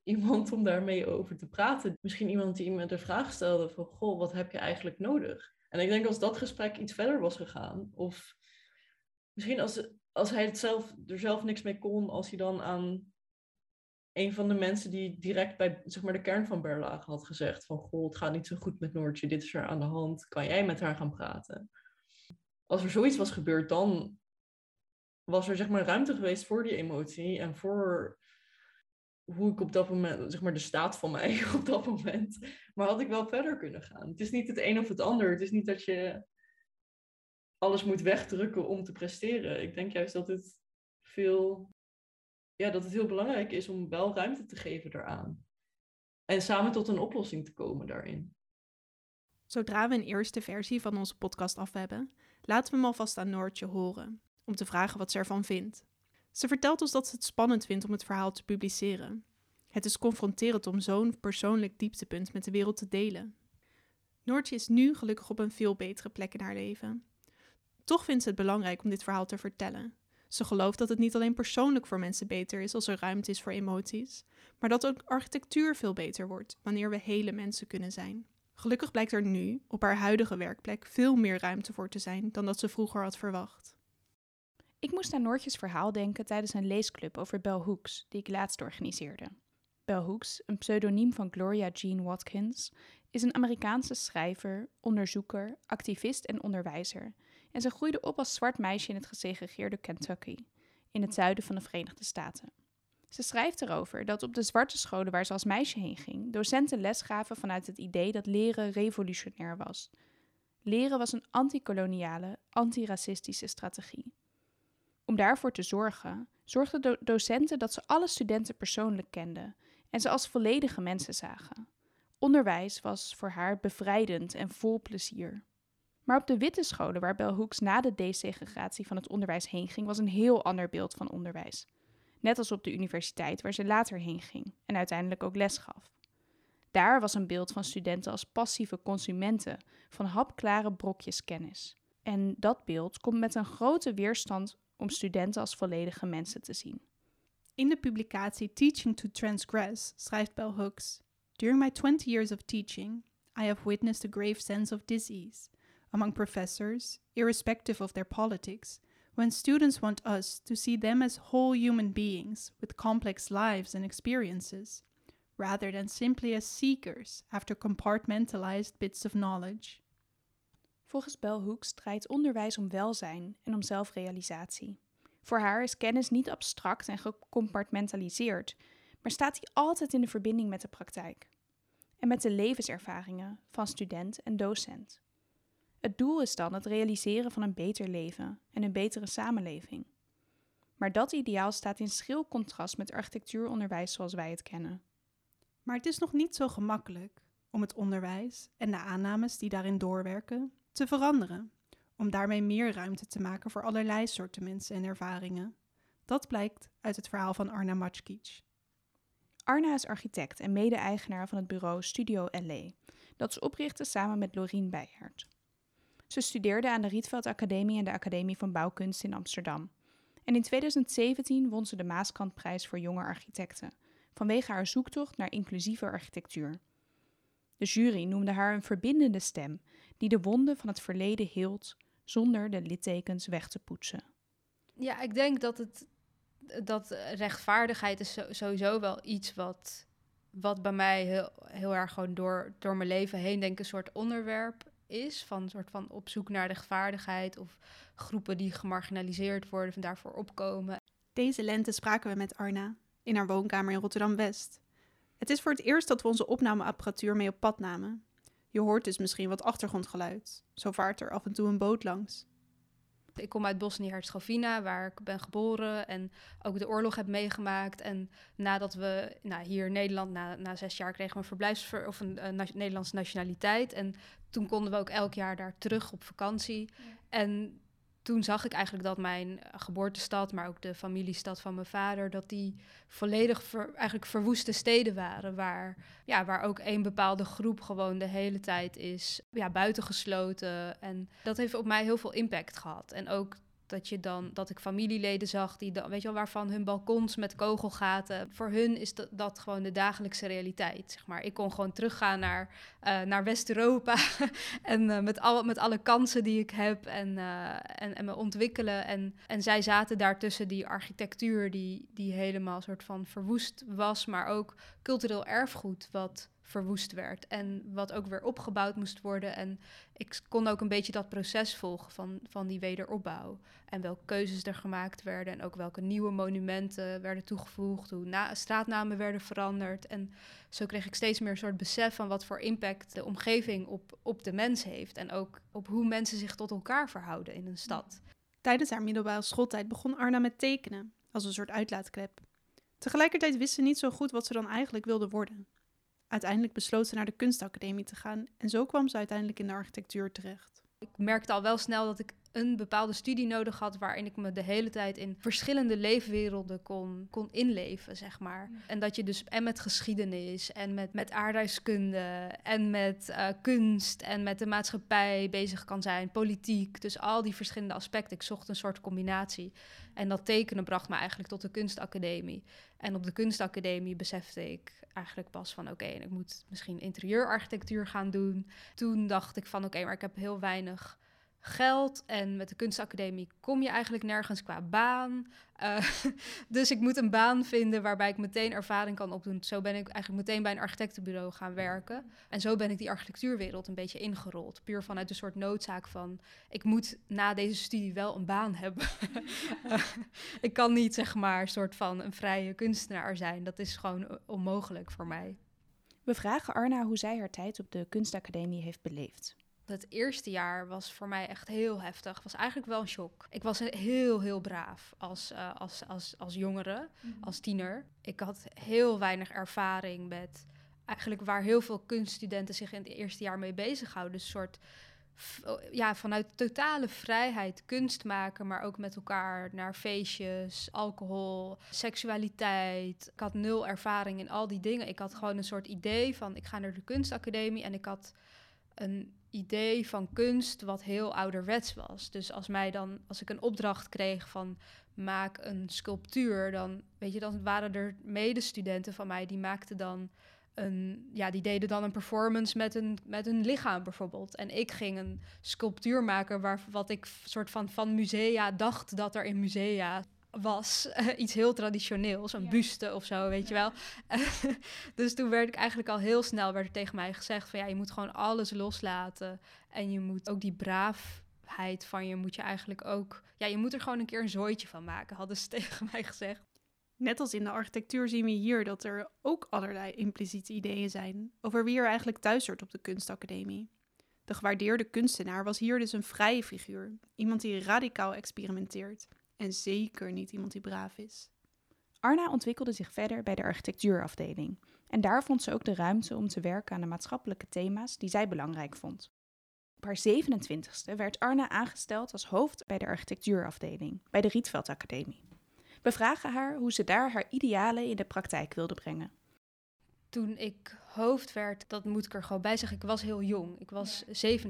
iemand om daarmee over te praten. Misschien iemand die me de vraag stelde van, goh, wat heb je eigenlijk nodig? En ik denk als dat gesprek iets verder was gegaan, of misschien als hij er zelf niks mee kon, als hij dan aan een van de mensen die direct bij zeg maar, de kern van Berlage had gezegd van, goh, het gaat niet zo goed met Noortje, dit is er aan de hand, kan jij met haar gaan praten? Als er zoiets was gebeurd, dan was er zeg maar ruimte geweest voor die emotie en voor hoe ik op dat moment, zeg maar de staat van mij op dat moment, maar had ik wel verder kunnen gaan. Het is niet het een of het ander. Het is niet dat je alles moet wegdrukken om te presteren. Ik denk juist dat het heel belangrijk is om wel ruimte te geven daaraan. En samen tot een oplossing te komen daarin. Zodra we een eerste versie van onze podcast af hebben, laten we hem alvast aan Noortje horen, om te vragen wat ze ervan vindt. Ze vertelt ons dat ze het spannend vindt om het verhaal te publiceren. Het is confronterend om zo'n persoonlijk dieptepunt met de wereld te delen. Noortje is nu gelukkig op een veel betere plek in haar leven. Toch vindt ze het belangrijk om dit verhaal te vertellen. Ze gelooft dat het niet alleen persoonlijk voor mensen beter is als er ruimte is voor emoties, maar dat ook architectuur veel beter wordt wanneer we hele mensen kunnen zijn. Gelukkig blijkt er nu, op haar huidige werkplek, veel meer ruimte voor te zijn dan dat ze vroeger had verwacht. Ik moest aan Noortjes verhaal denken tijdens een leesclub over Bell Hooks, die ik laatst organiseerde. Bell Hooks, een pseudoniem van Gloria Jean Watkins, is een Amerikaanse schrijver, onderzoeker, activist en onderwijzer. En ze groeide op als zwart meisje in het gesegregeerde Kentucky, in het zuiden van de Verenigde Staten. Ze schrijft erover dat op de zwarte scholen waar ze als meisje heen ging, docenten les gaven vanuit het idee dat leren revolutionair was. Leren was een antikoloniale, antiracistische strategie. Om daarvoor te zorgen, zorgden de docenten dat ze alle studenten persoonlijk kenden en ze als volledige mensen zagen. Onderwijs was voor haar bevrijdend en vol plezier. Maar op de witte scholen waar Bell Hooks na de desegregatie van het onderwijs heen ging, was een heel ander beeld van onderwijs. Net als op de universiteit waar ze later heen ging en uiteindelijk ook les gaf. Daar was een beeld van studenten als passieve consumenten van hapklare brokjes kennis. En dat beeld komt met een grote weerstand om studenten als volledige mensen te zien. In de publicatie Teaching to Transgress schrijft Bell Hooks: During my 20 years of teaching, I have witnessed a grave sense of disease among professors, irrespective of their politics, when students want us to see them as whole human beings with complex lives and experiences, rather than simply as seekers after compartmentalized bits of knowledge. Volgens Bell Hooks draait onderwijs om welzijn en om zelfrealisatie. Voor haar is kennis niet abstract en gecompartmentaliseerd, maar staat die altijd in de verbinding met de praktijk en met de levenservaringen van student en docent. Het doel is dan het realiseren van een beter leven en een betere samenleving. Maar dat ideaal staat in schril contrast met architectuuronderwijs zoals wij het kennen. Maar het is nog niet zo gemakkelijk om het onderwijs en de aannames die daarin doorwerken te veranderen, om daarmee meer ruimte te maken voor allerlei soorten mensen en ervaringen. Dat blijkt uit het verhaal van Arna Mačkić. Arna is architect en mede-eigenaar van het bureau Studio LA, dat ze oprichtte samen met Lorien Bijhert. Ze studeerde aan de Rietveld Academie en de Academie van Bouwkunst in Amsterdam. En in 2017 won ze de Maaskantprijs voor jonge architecten, vanwege haar zoektocht naar inclusieve architectuur. De jury noemde haar een verbindende stem die de wonden van het verleden hield zonder de littekens weg te poetsen. Ja, ik denk dat rechtvaardigheid is sowieso wel iets wat bij mij heel erg gewoon door mijn leven heen denk ik een soort onderwerp is. Van een soort van op zoek naar rechtvaardigheid of groepen die gemarginaliseerd worden en daarvoor opkomen. Deze lente spraken we met Arna in haar woonkamer in Rotterdam-West. Het is voor het eerst dat we onze opnameapparatuur mee op pad namen. Je hoort dus misschien wat achtergrondgeluid. Zo vaart er af en toe een boot langs. Ik kom uit Bosnië-Herzegovina, waar ik ben geboren en ook de oorlog heb meegemaakt. En nadat we hier in Nederland, na 6 jaar, kregen we een Nederlandse nationaliteit. En toen konden we ook elk jaar daar terug op vakantie. Ja. En toen zag ik eigenlijk dat mijn geboortestad, maar ook de familiestad van mijn vader, dat die volledig eigenlijk verwoeste steden waren. Waar ook één bepaalde groep gewoon de hele tijd is buitengesloten. En dat heeft op mij heel veel impact gehad. En ook Dat ik familieleden zag die dan, weet je wel, waarvan hun balkons met kogelgaten. Voor hun is dat gewoon de dagelijkse realiteit, zeg maar. Ik kon gewoon teruggaan naar West-Europa en met alle kansen die ik heb en me ontwikkelen. En zij zaten daar tussen die architectuur die helemaal soort van verwoest was, maar ook cultureel erfgoed wat verwoest werd en wat ook weer opgebouwd moest worden. En ik kon ook een beetje dat proces volgen van die wederopbouw. En welke keuzes er gemaakt werden en ook welke nieuwe monumenten werden toegevoegd, hoe straatnamen werden veranderd. En zo kreeg ik steeds meer een soort besef van wat voor impact de omgeving op de mens heeft en ook op hoe mensen zich tot elkaar verhouden in een stad. Tijdens haar middelbare schooltijd begon Arna met tekenen, als een soort uitlaatklep. Tegelijkertijd wist ze niet zo goed wat ze dan eigenlijk wilde worden. Uiteindelijk besloot ze naar de kunstacademie te gaan en zo kwam ze uiteindelijk in de architectuur terecht. Ik merkte al wel snel dat ik een bepaalde studie nodig had waarin ik me de hele tijd in verschillende leefwerelden kon inleven, zeg maar. Ja. En dat je dus en met geschiedenis en met aardrijkskunde en met kunst en met de maatschappij bezig kan zijn, politiek, dus al die verschillende aspecten. Ik zocht een soort combinatie. En dat tekenen bracht me eigenlijk tot de kunstacademie. En op de kunstacademie besefte ik eigenlijk pas van oké, en ik moet misschien interieurarchitectuur gaan doen. Toen dacht ik van oké, maar ik heb heel weinig geld en met de kunstacademie kom je eigenlijk nergens qua baan. Dus ik moet een baan vinden waarbij ik meteen ervaring kan opdoen. Zo ben ik eigenlijk meteen bij een architectenbureau gaan werken. En zo ben ik die architectuurwereld een beetje ingerold. Puur vanuit een soort noodzaak van ik moet na deze studie wel een baan hebben. Ik kan niet zeg maar soort van een vrije kunstenaar zijn. Dat is gewoon onmogelijk voor mij. We vragen Arna hoe zij haar tijd op de kunstacademie heeft beleefd. Het eerste jaar was voor mij echt heel heftig. Het was eigenlijk wel een shock. Ik was heel braaf als jongere, als tiener. Ik had heel weinig ervaring met eigenlijk waar heel veel kunststudenten zich in het eerste jaar mee bezighouden. Dus een soort, vanuit totale vrijheid kunst maken, maar ook met elkaar naar feestjes, alcohol, seksualiteit. Ik had 0 ervaring in al die dingen. Ik had gewoon een soort idee van ik ga naar de kunstacademie en ik had een idee van kunst wat heel ouderwets was. Dus als ik een opdracht kreeg van maak een sculptuur, dan waren er medestudenten van mij die maakten dan die deden dan een performance met een lichaam bijvoorbeeld. En ik ging een sculptuur maken wat ik soort van musea dacht dat er in musea was. Iets heel traditioneels, een buste of zo, weet je wel. Dus toen werd ik eigenlijk al heel snel, werd er tegen mij gezegd van je moet gewoon alles loslaten. En je moet ook die braafheid van je moet je eigenlijk ook, je moet er gewoon een keer een zooitje van maken, hadden ze tegen mij gezegd. Net als in de architectuur zien we hier dat er ook allerlei impliciete ideeën zijn over wie er eigenlijk thuis hoort op de kunstacademie. De gewaardeerde kunstenaar was hier dus een vrije figuur, iemand die radicaal experimenteert. En zeker niet iemand die braaf is. Arna ontwikkelde zich verder bij de architectuurafdeling. En daar vond ze ook de ruimte om te werken aan de maatschappelijke thema's die zij belangrijk vond. Op haar 27e werd Arna aangesteld als hoofd bij de architectuurafdeling, bij de Rietveld Academie. We vragen haar hoe ze daar haar idealen in de praktijk wilde brengen. Toen ik hoofd werd, dat moet ik er gewoon bij zeggen, ik was heel jong. Ik was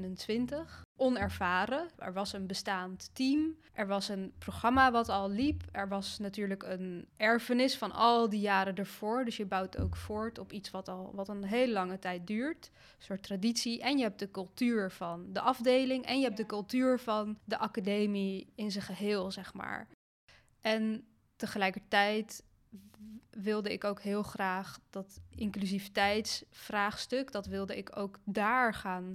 27, onervaren. Er was een bestaand team. Er was een programma wat al liep. Er was natuurlijk een erfenis van al die jaren ervoor. Dus je bouwt ook voort op iets wat een hele lange tijd duurt. Een soort traditie. En je hebt de cultuur van de afdeling. En je hebt de cultuur van de academie in zijn geheel, zeg maar. En tegelijkertijd wilde ik ook heel graag dat inclusiviteitsvraagstuk, dat wilde ik ook daar gaan,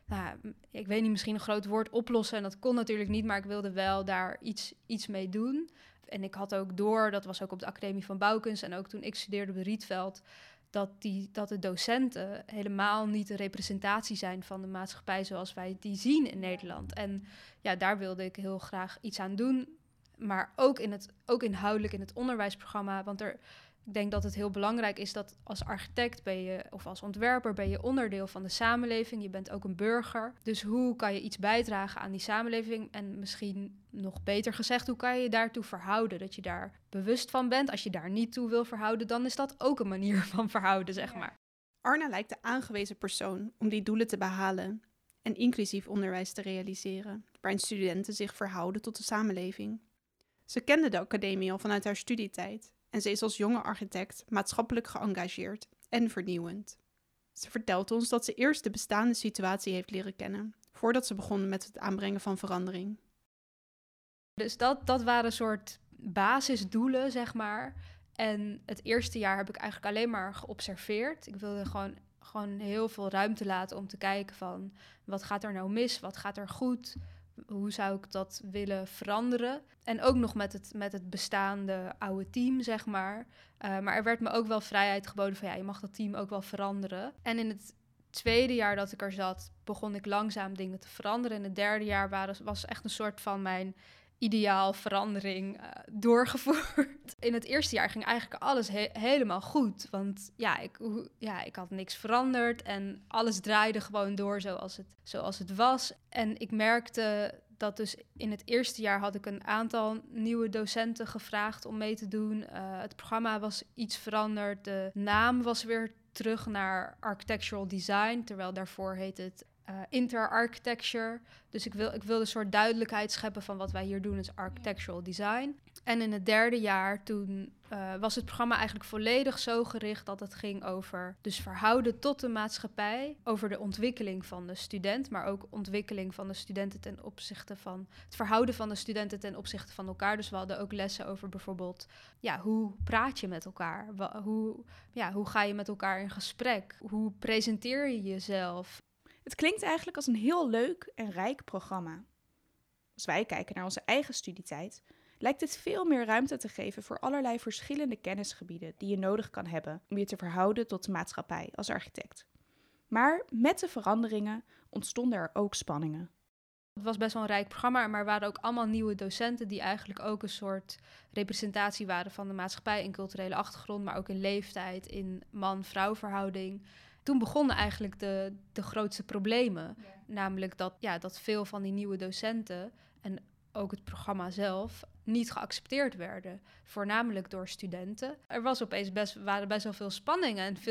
ik weet niet, misschien een groot woord oplossen. En dat kon natuurlijk niet, maar ik wilde wel daar iets mee doen. En ik had ook door, dat was ook op de Academie van Bouwkunst en ook toen ik studeerde op de Rietveld, dat de docenten helemaal niet de representatie zijn van de maatschappij zoals wij die zien in Nederland. En daar wilde ik heel graag iets aan doen. Maar ook inhoudelijk in het onderwijsprogramma. Want ik denk dat het heel belangrijk is dat als architect of als ontwerper ben je onderdeel van de samenleving. Je bent ook een burger. Dus hoe kan je iets bijdragen aan die samenleving? En misschien nog beter gezegd, hoe kan je je daartoe verhouden? Dat je daar bewust van bent. Als je daar niet toe wil verhouden, dan is dat ook een manier van verhouden, zeg maar. Arna lijkt de aangewezen persoon om die doelen te behalen. en inclusief onderwijs te realiseren, waarin studenten zich verhouden tot de samenleving. Ze kende de academie al vanuit haar studietijd en ze is als jonge architect maatschappelijk geëngageerd en vernieuwend. Ze vertelt ons dat ze eerst de bestaande situatie heeft leren kennen, voordat ze begon met het aanbrengen van verandering. Dus dat waren een soort basisdoelen, zeg maar. En het eerste jaar heb ik eigenlijk alleen maar geobserveerd. Ik wilde gewoon heel veel ruimte laten om te kijken van... wat gaat er nou mis, wat gaat er goed... Hoe zou ik dat willen veranderen? En ook nog met het bestaande oude team, zeg maar. Maar er werd me ook wel vrijheid geboden van... je mag dat team ook wel veranderen. En in het tweede jaar dat ik er zat... begon ik langzaam dingen te veranderen. In het derde jaar was echt een soort van mijn ideaal verandering doorgevoerd. In het eerste jaar ging eigenlijk alles helemaal goed. Want ik had niks veranderd en alles draaide gewoon door zoals het was. En ik merkte dat dus in het eerste jaar had ik een aantal nieuwe docenten gevraagd om mee te doen. Het programma was iets veranderd. De naam was weer terug naar Architectural Design, terwijl daarvoor heet het Inter-Architecture. Dus ik wilde een soort duidelijkheid scheppen van wat wij hier doen is Architectural Design. En in het derde jaar toen was het programma eigenlijk volledig zo gericht dat het ging over dus verhouden tot de maatschappij, over de ontwikkeling van de student, maar ook ontwikkeling van de studenten ten opzichte van het verhouden van de studenten ten opzichte van elkaar. Dus we hadden ook lessen over bijvoorbeeld, hoe praat je met elkaar? Hoe ga je met elkaar in gesprek? Hoe presenteer je jezelf? Het klinkt eigenlijk als een heel leuk en rijk programma. Als wij kijken naar onze eigen studietijd, lijkt het veel meer ruimte te geven voor allerlei verschillende kennisgebieden die je nodig kan hebben om je te verhouden tot de maatschappij als architect. Maar met de veranderingen ontstonden er ook spanningen. Het was best wel een rijk programma, maar er waren ook allemaal nieuwe docenten die eigenlijk ook een soort representatie waren van de maatschappij in culturele achtergrond, maar ook in leeftijd, in man-vrouw verhouding. Toen begonnen eigenlijk de grootste problemen. Ja. Namelijk dat veel van die nieuwe docenten en ook het programma zelf niet geaccepteerd werden. Voornamelijk door studenten. Er was opeens waren best wel veel spanningen. En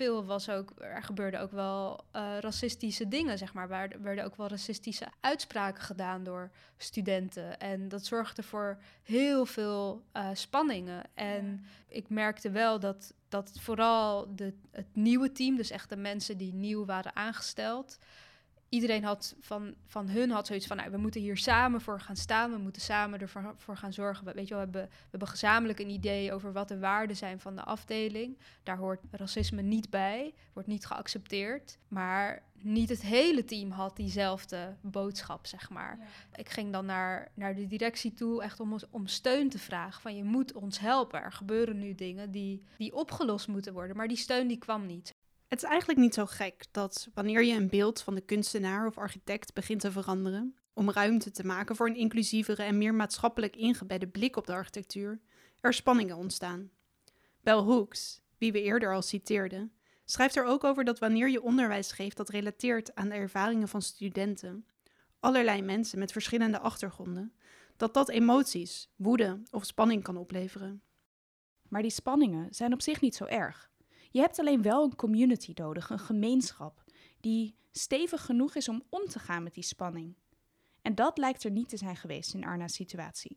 er gebeurden ook wel racistische dingen, zeg maar. Er werden ook wel racistische uitspraken gedaan door studenten. En dat zorgde voor heel veel spanningen. En ik merkte wel dat vooral het nieuwe team, dus echt de mensen die nieuw waren aangesteld, iedereen had van hun had zoiets van, we moeten hier samen voor gaan staan, we moeten samen ervoor gaan zorgen. Weet je wel, we hebben gezamenlijk een idee over wat de waarden zijn van de afdeling. Daar hoort racisme niet bij, wordt niet geaccepteerd. Maar niet het hele team had diezelfde boodschap, zeg maar. Ja. Ik ging dan naar de directie toe, echt om steun te vragen. Van, je moet ons helpen, er gebeuren nu dingen die opgelost moeten worden. Maar die steun die kwam niet. Het is eigenlijk niet zo gek dat wanneer je een beeld van de kunstenaar of architect begint te veranderen, om ruimte te maken voor een inclusievere en meer maatschappelijk ingebedde blik op de architectuur, er spanningen ontstaan. Bell Hooks, wie we eerder al citeerden, schrijft er ook over dat wanneer je onderwijs geeft dat relateert aan de ervaringen van studenten, allerlei mensen met verschillende achtergronden, dat emoties, woede of spanning kan opleveren. Maar die spanningen zijn op zich niet zo erg. Je hebt alleen wel een community nodig, een gemeenschap, die stevig genoeg is om te gaan met die spanning. En dat lijkt er niet te zijn geweest in Arna's situatie.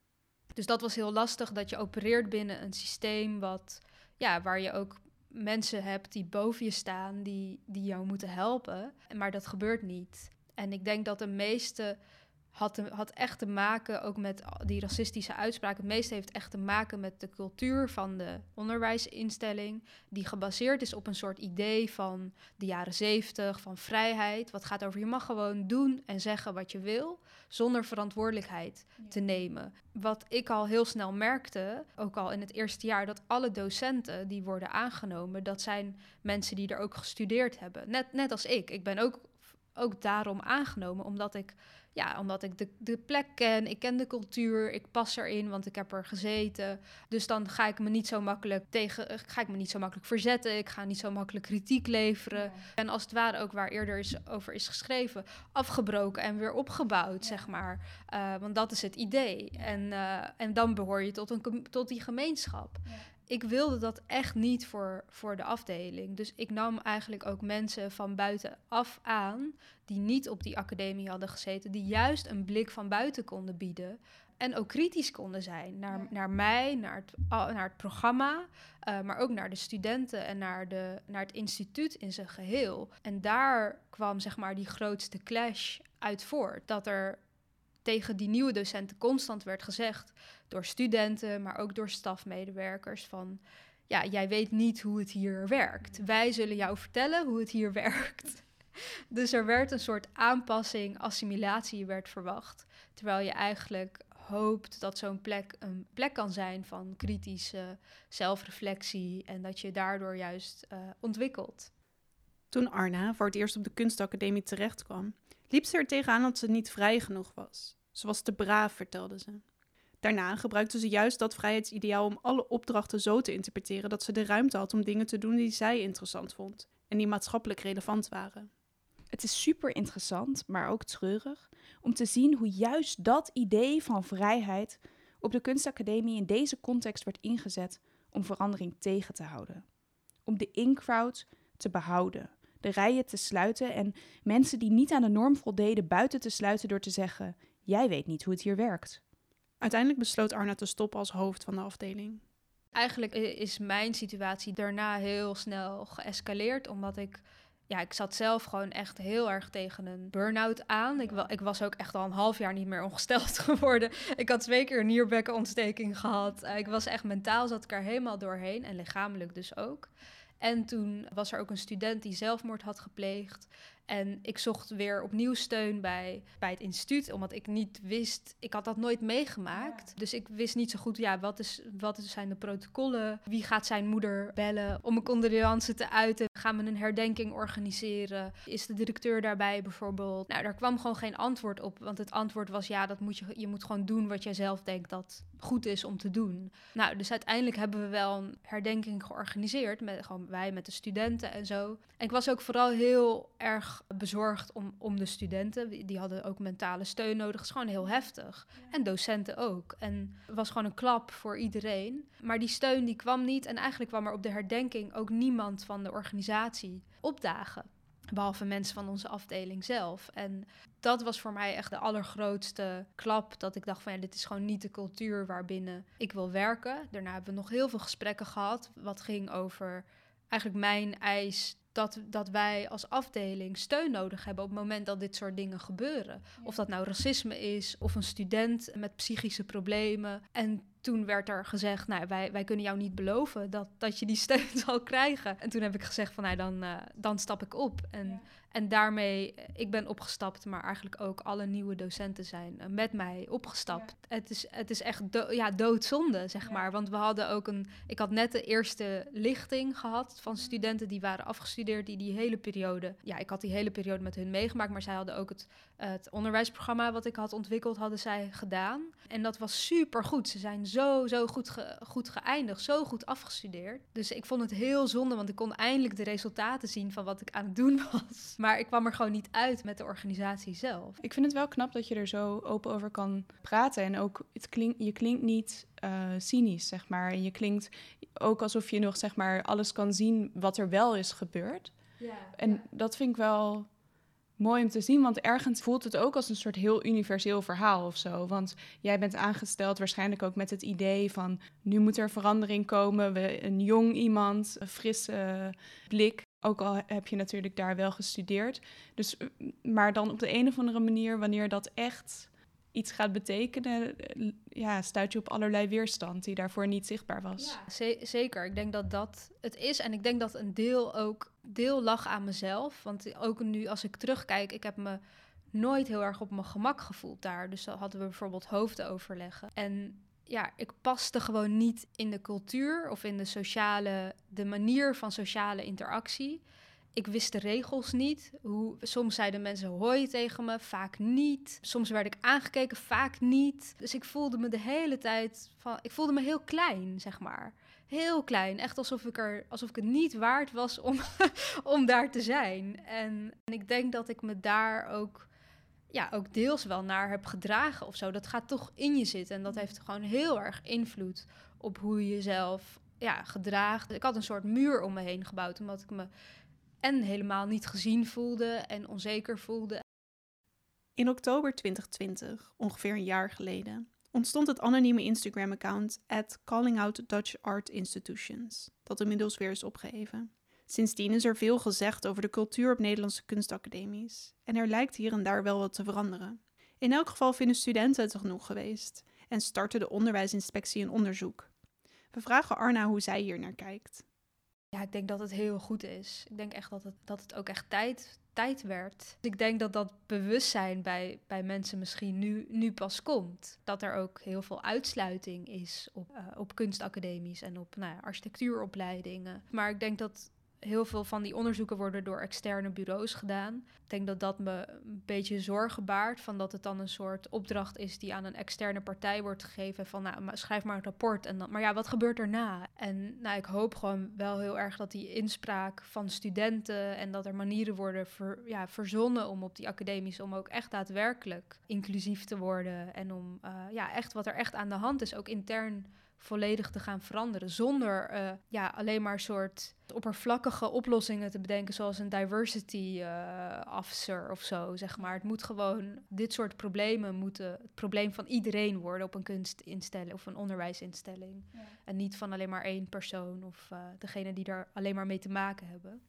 Dus dat was heel lastig, dat je opereert binnen een systeem waar je ook mensen hebt die boven je staan, die jou moeten helpen. Maar dat gebeurt niet. En ik denk dat de meeste had echt te maken, ook met die racistische uitspraken. Het meeste heeft echt te maken met de cultuur van de onderwijsinstelling, die gebaseerd is op een soort idee van de jaren 70, van vrijheid. Wat gaat over, je mag gewoon doen en zeggen wat je wil, zonder verantwoordelijkheid te nemen. Wat ik al heel snel merkte, ook al in het eerste jaar, dat alle docenten die worden aangenomen, dat zijn mensen die er ook gestudeerd hebben. Net als ik. Ik ben ook daarom aangenomen, omdat ik de plek ken, ik ken de cultuur, ik pas erin, want ik heb er gezeten. Dus dan ga ik me niet zo makkelijk verzetten, ik ga niet zo makkelijk kritiek leveren. Ja. En als het ware ook waar eerder over is geschreven, afgebroken en weer opgebouwd, zeg maar. Want dat is het idee. En dan behoor je tot die gemeenschap. Ja. ik wilde dat echt niet voor de afdeling. Dus ik nam eigenlijk ook mensen van buitenaf aan die niet op die academie hadden gezeten, die juist een blik van buiten konden bieden en ook kritisch konden zijn naar mij, naar het programma, maar ook naar de studenten en naar het instituut in zijn geheel. En daar kwam zeg maar die grootste clash uit voort. Dat er tegen die nieuwe docenten constant werd gezegd door studenten, maar ook door stafmedewerkers van, ja, jij weet niet hoe het hier werkt. Wij zullen jou vertellen hoe het hier werkt. Dus er werd een soort aanpassing, assimilatie werd verwacht. Terwijl je eigenlijk hoopt dat zo'n plek een plek kan zijn van kritische zelfreflectie en dat je daardoor juist ontwikkelt. Toen Arna voor het eerst op de kunstacademie terechtkwam, liep ze er tegenaan dat ze niet vrij genoeg was. Ze was te braaf, vertelde ze. Daarna gebruikte ze juist dat vrijheidsideaal om alle opdrachten zo te interpreteren dat ze de ruimte had om dingen te doen die zij interessant vond en die maatschappelijk relevant waren. Het is super interessant, maar ook treurig, om te zien hoe juist dat idee van vrijheid op de kunstacademie in deze context werd ingezet om verandering tegen te houden. Om de in-crowd te behouden, de rijen te sluiten en mensen die niet aan de norm voldeden buiten te sluiten door te zeggen, jij weet niet hoe het hier werkt. Uiteindelijk besloot Arna te stoppen als hoofd van de afdeling. Eigenlijk is mijn situatie daarna heel snel geëscaleerd, omdat ik zat zelf gewoon echt heel erg tegen een burn-out aan. Ik was ook echt al een half jaar niet meer ongesteld geworden. Ik had 2 keer een nierbekkenontsteking gehad. Ik was echt mentaal, zat ik er helemaal doorheen en lichamelijk dus ook. En toen was er ook een student die zelfmoord had gepleegd. En ik zocht weer opnieuw steun bij het instituut, omdat ik niet wist, ik had dat nooit meegemaakt. Ja. Dus ik wist niet zo goed, wat zijn de protocollen? Wie gaat zijn moeder bellen om een condoleance te uiten? Gaan we een herdenking organiseren? Is de directeur daarbij bijvoorbeeld? Nou, daar kwam gewoon geen antwoord op, want het antwoord was, je moet gewoon doen wat jij zelf denkt dat goed is om te doen. Nou, dus uiteindelijk hebben we wel een herdenking georganiseerd, wij met de studenten en zo. En ik was ook vooral heel erg bezorgd om de studenten. Die hadden ook mentale steun nodig. Het is gewoon heel heftig. Ja. En docenten ook. En het was gewoon een klap voor iedereen. Maar die steun die kwam niet. En eigenlijk kwam er op de herdenking ook niemand van de organisatie opdagen. Behalve mensen van onze afdeling zelf. En dat was voor mij echt de allergrootste klap. Dat ik dacht van dit is gewoon niet de cultuur waarbinnen ik wil werken. Daarna hebben we nog heel veel gesprekken gehad. Wat ging over eigenlijk mijn eis dat wij als afdeling steun nodig hebben op het moment dat dit soort dingen gebeuren. Ja. Of dat nou racisme is of een student met psychische problemen. En toen werd er gezegd, wij kunnen jou niet beloven dat je die steun zal krijgen. En toen heb ik gezegd van dan stap ik op. En daarmee, ik ben opgestapt, maar eigenlijk ook alle nieuwe docenten zijn met mij opgestapt. Ja. Het is echt doodzonde, zeg maar. Want we hadden ook ik had net de eerste lichting gehad van studenten die waren afgestudeerd, die hele periode, ik had die hele periode met hun meegemaakt, maar zij hadden ook het onderwijsprogramma wat ik had ontwikkeld, hadden zij gedaan. En dat was super goed. Ze zijn zo goed geëindigd, zo goed afgestudeerd. Dus ik vond het heel zonde, want ik kon eindelijk de resultaten zien van wat ik aan het doen was. Maar ik kwam er gewoon niet uit met de organisatie zelf. Ik vind het wel knap dat je er zo open over kan praten. En ook, je klinkt niet cynisch, zeg maar. En je klinkt ook alsof je nog, zeg maar, alles kan zien wat er wel is gebeurd. Ja, en dat vind ik wel mooi om te zien, want ergens voelt het ook als een soort heel universeel verhaal of zo. Want jij bent aangesteld waarschijnlijk ook met het idee van, nu moet er verandering komen. Een jong iemand, een frisse blik. Ook al heb je natuurlijk daar wel gestudeerd. Dus, maar dan op de een of andere manier, wanneer dat echt iets gaat betekenen, stuit je op allerlei weerstand die daarvoor niet zichtbaar was. Ja, zeker. Ik denk dat het is. En ik denk dat een deel lag aan mezelf. Want ook nu als ik terugkijk, ik heb me nooit heel erg op mijn gemak gevoeld daar. Dus dan hadden we bijvoorbeeld hoofdoverleggen. En ik paste gewoon niet in de cultuur of in de manier van sociale interactie. Ik wist de regels niet. Soms zeiden mensen hoi tegen me, vaak niet. Soms werd ik aangekeken, vaak niet. Dus ik voelde me de hele tijd ik voelde me heel klein, zeg maar. Heel klein. Echt alsof ik het niet waard was om daar te zijn. En ik denk dat ik me daar ook deels wel naar heb gedragen of zo. Dat gaat toch in je zitten. En dat heeft gewoon heel erg invloed op hoe je jezelf gedragen. Ik had een soort muur om me heen gebouwd, omdat ik me en helemaal niet gezien voelde en onzeker voelde. In oktober 2020, ongeveer een jaar geleden, ontstond het anonieme Instagram-account @callingoutdutchartinstitutions, dat inmiddels weer is opgeheven. Sindsdien is er veel gezegd over de cultuur op Nederlandse kunstacademies en er lijkt hier en daar wel wat te veranderen. In elk geval vinden studenten het genoeg geweest en startte de onderwijsinspectie een onderzoek. We vragen Arna hoe zij hier naar kijkt. Ja, ik denk dat het heel goed is. Ik denk echt dat het ook echt tijd werd. Ik denk dat dat bewustzijn bij mensen misschien nu pas komt. Dat er ook heel veel uitsluiting is op kunstacademies en op architectuuropleidingen. Maar ik denk dat heel veel van die onderzoeken worden door externe bureaus gedaan. Ik denk dat dat me een beetje zorgen baart, van dat het dan een soort opdracht is die aan een externe partij wordt gegeven van schrijf maar een rapport. Maar ja, wat gebeurt erna? En ik hoop gewoon wel heel erg dat die inspraak van studenten en dat er manieren worden verzonnen om op die academies om ook echt daadwerkelijk inclusief te worden en om echt wat er echt aan de hand is, ook intern volledig te gaan veranderen. Zonder alleen maar soort oppervlakkige oplossingen te bedenken, zoals een diversity officer of zo, zeg maar. Het moet gewoon, dit soort problemen moeten het probleem van iedereen worden op een kunstinstelling of een onderwijsinstelling. Ja. En niet van alleen maar één persoon of degene die daar alleen maar mee te maken hebben.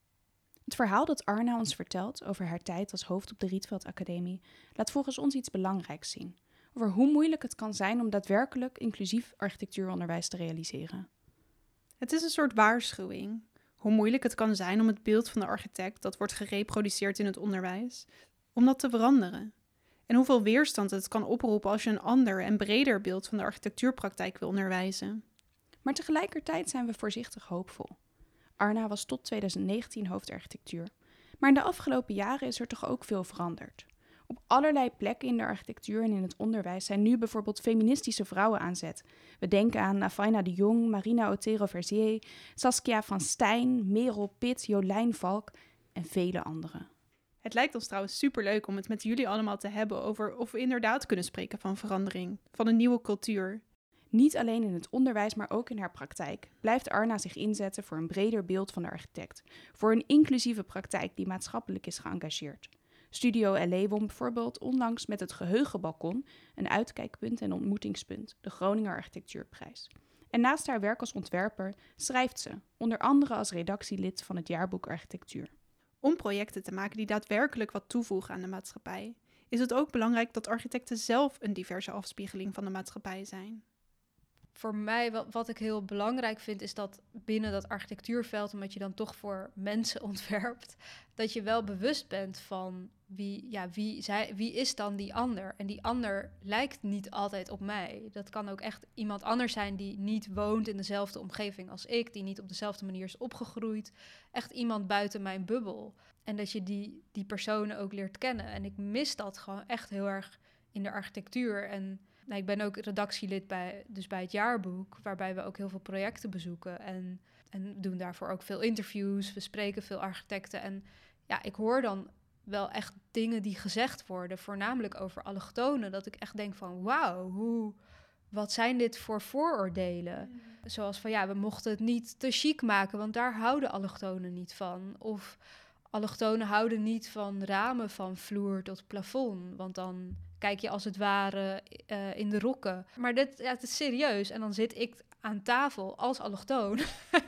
Het verhaal dat Arna ons vertelt over haar tijd als hoofd op de Rietveld Academie laat volgens ons iets belangrijks zien. Over hoe moeilijk het kan zijn om daadwerkelijk inclusief architectuuronderwijs te realiseren. Het is een soort waarschuwing. Hoe moeilijk het kan zijn om het beeld van de architect dat wordt gereproduceerd in het onderwijs, om dat te veranderen. En hoeveel weerstand het kan oproepen als je een ander en breder beeld van de architectuurpraktijk wil onderwijzen. Maar tegelijkertijd zijn we voorzichtig hoopvol. Arna was tot 2019 hoofdarchitectuur. Maar in de afgelopen jaren is er toch ook veel veranderd. Op allerlei plekken in de architectuur en in het onderwijs zijn nu bijvoorbeeld feministische vrouwen aan zet. We denken aan Navaina de Jong, Marina Otero-Verzier, Saskia van Stijn, Merel Pitt, Jolijn Valk en vele anderen. Het lijkt ons trouwens superleuk om het met jullie allemaal te hebben over of we inderdaad kunnen spreken van verandering, van een nieuwe cultuur. Niet alleen in het onderwijs, maar ook in haar praktijk blijft Arna zich inzetten voor een breder beeld van de architect. Voor een inclusieve praktijk die maatschappelijk is geëngageerd. Studio LA won bijvoorbeeld onlangs met het Geheugenbalkon, een uitkijkpunt en ontmoetingspunt, de Groninger Architectuurprijs. En naast haar werk als ontwerper schrijft ze, onder andere als redactielid van het jaarboek Architectuur. Om projecten te maken die daadwerkelijk wat toevoegen aan de maatschappij, is het ook belangrijk dat architecten zelf een diverse afspiegeling van de maatschappij zijn. Voor mij, wat ik heel belangrijk vind, is dat binnen dat architectuurveld, omdat je dan toch voor mensen ontwerpt, dat je wel bewust bent van wie is dan die ander? En die ander lijkt niet altijd op mij. Dat kan ook echt iemand anders zijn die niet woont in dezelfde omgeving als ik, die niet op dezelfde manier is opgegroeid. Echt iemand buiten mijn bubbel. En dat je die personen ook leert kennen. En ik mis dat gewoon echt heel erg in de architectuur. En ik ben ook redactielid bij het jaarboek, waarbij we ook heel veel projecten bezoeken. En doen daarvoor ook veel interviews. We spreken veel architecten. En ik hoor dan wel echt dingen die gezegd worden, voornamelijk over allochtonen, dat ik echt denk van wauw, wat zijn dit voor vooroordelen? Zoals van we mochten het niet te chic maken, want daar houden allochtonen niet van. Of allochtonen houden niet van ramen van vloer tot plafond, want dan kijk je als het ware in de rokken. Maar het is serieus. En dan zit ik aan tafel als allochtoon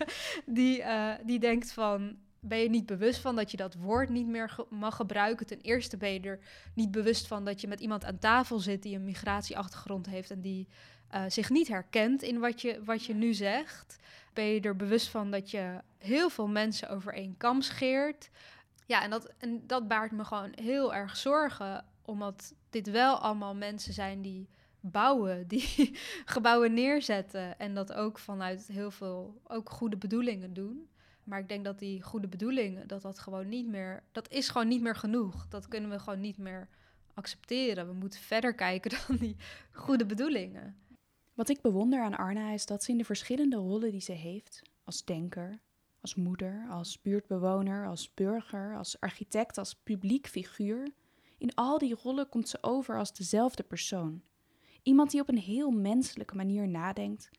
die denkt van, ben je niet bewust van dat je dat woord niet meer mag gebruiken? Ten eerste ben je er niet bewust van dat je met iemand aan tafel zit die een migratieachtergrond heeft en die zich niet herkent in wat je nu zegt. Ben je er bewust van dat je heel veel mensen over één kam scheert? Ja, en dat baart me gewoon heel erg zorgen, omdat dit wel allemaal mensen zijn die bouwen, die gebouwen neerzetten en dat ook vanuit heel veel ook goede bedoelingen doen. Maar ik denk dat die goede bedoelingen, dat gewoon niet meer, dat is gewoon niet meer genoeg. Dat kunnen we gewoon niet meer accepteren. We moeten verder kijken dan die goede bedoelingen. Wat ik bewonder aan Arna is dat ze in de verschillende rollen die ze heeft, als denker, als moeder, als buurtbewoner, als burger, als architect, als publiek figuur, in al die rollen komt ze over als dezelfde persoon. Iemand die op een heel menselijke manier nadenkt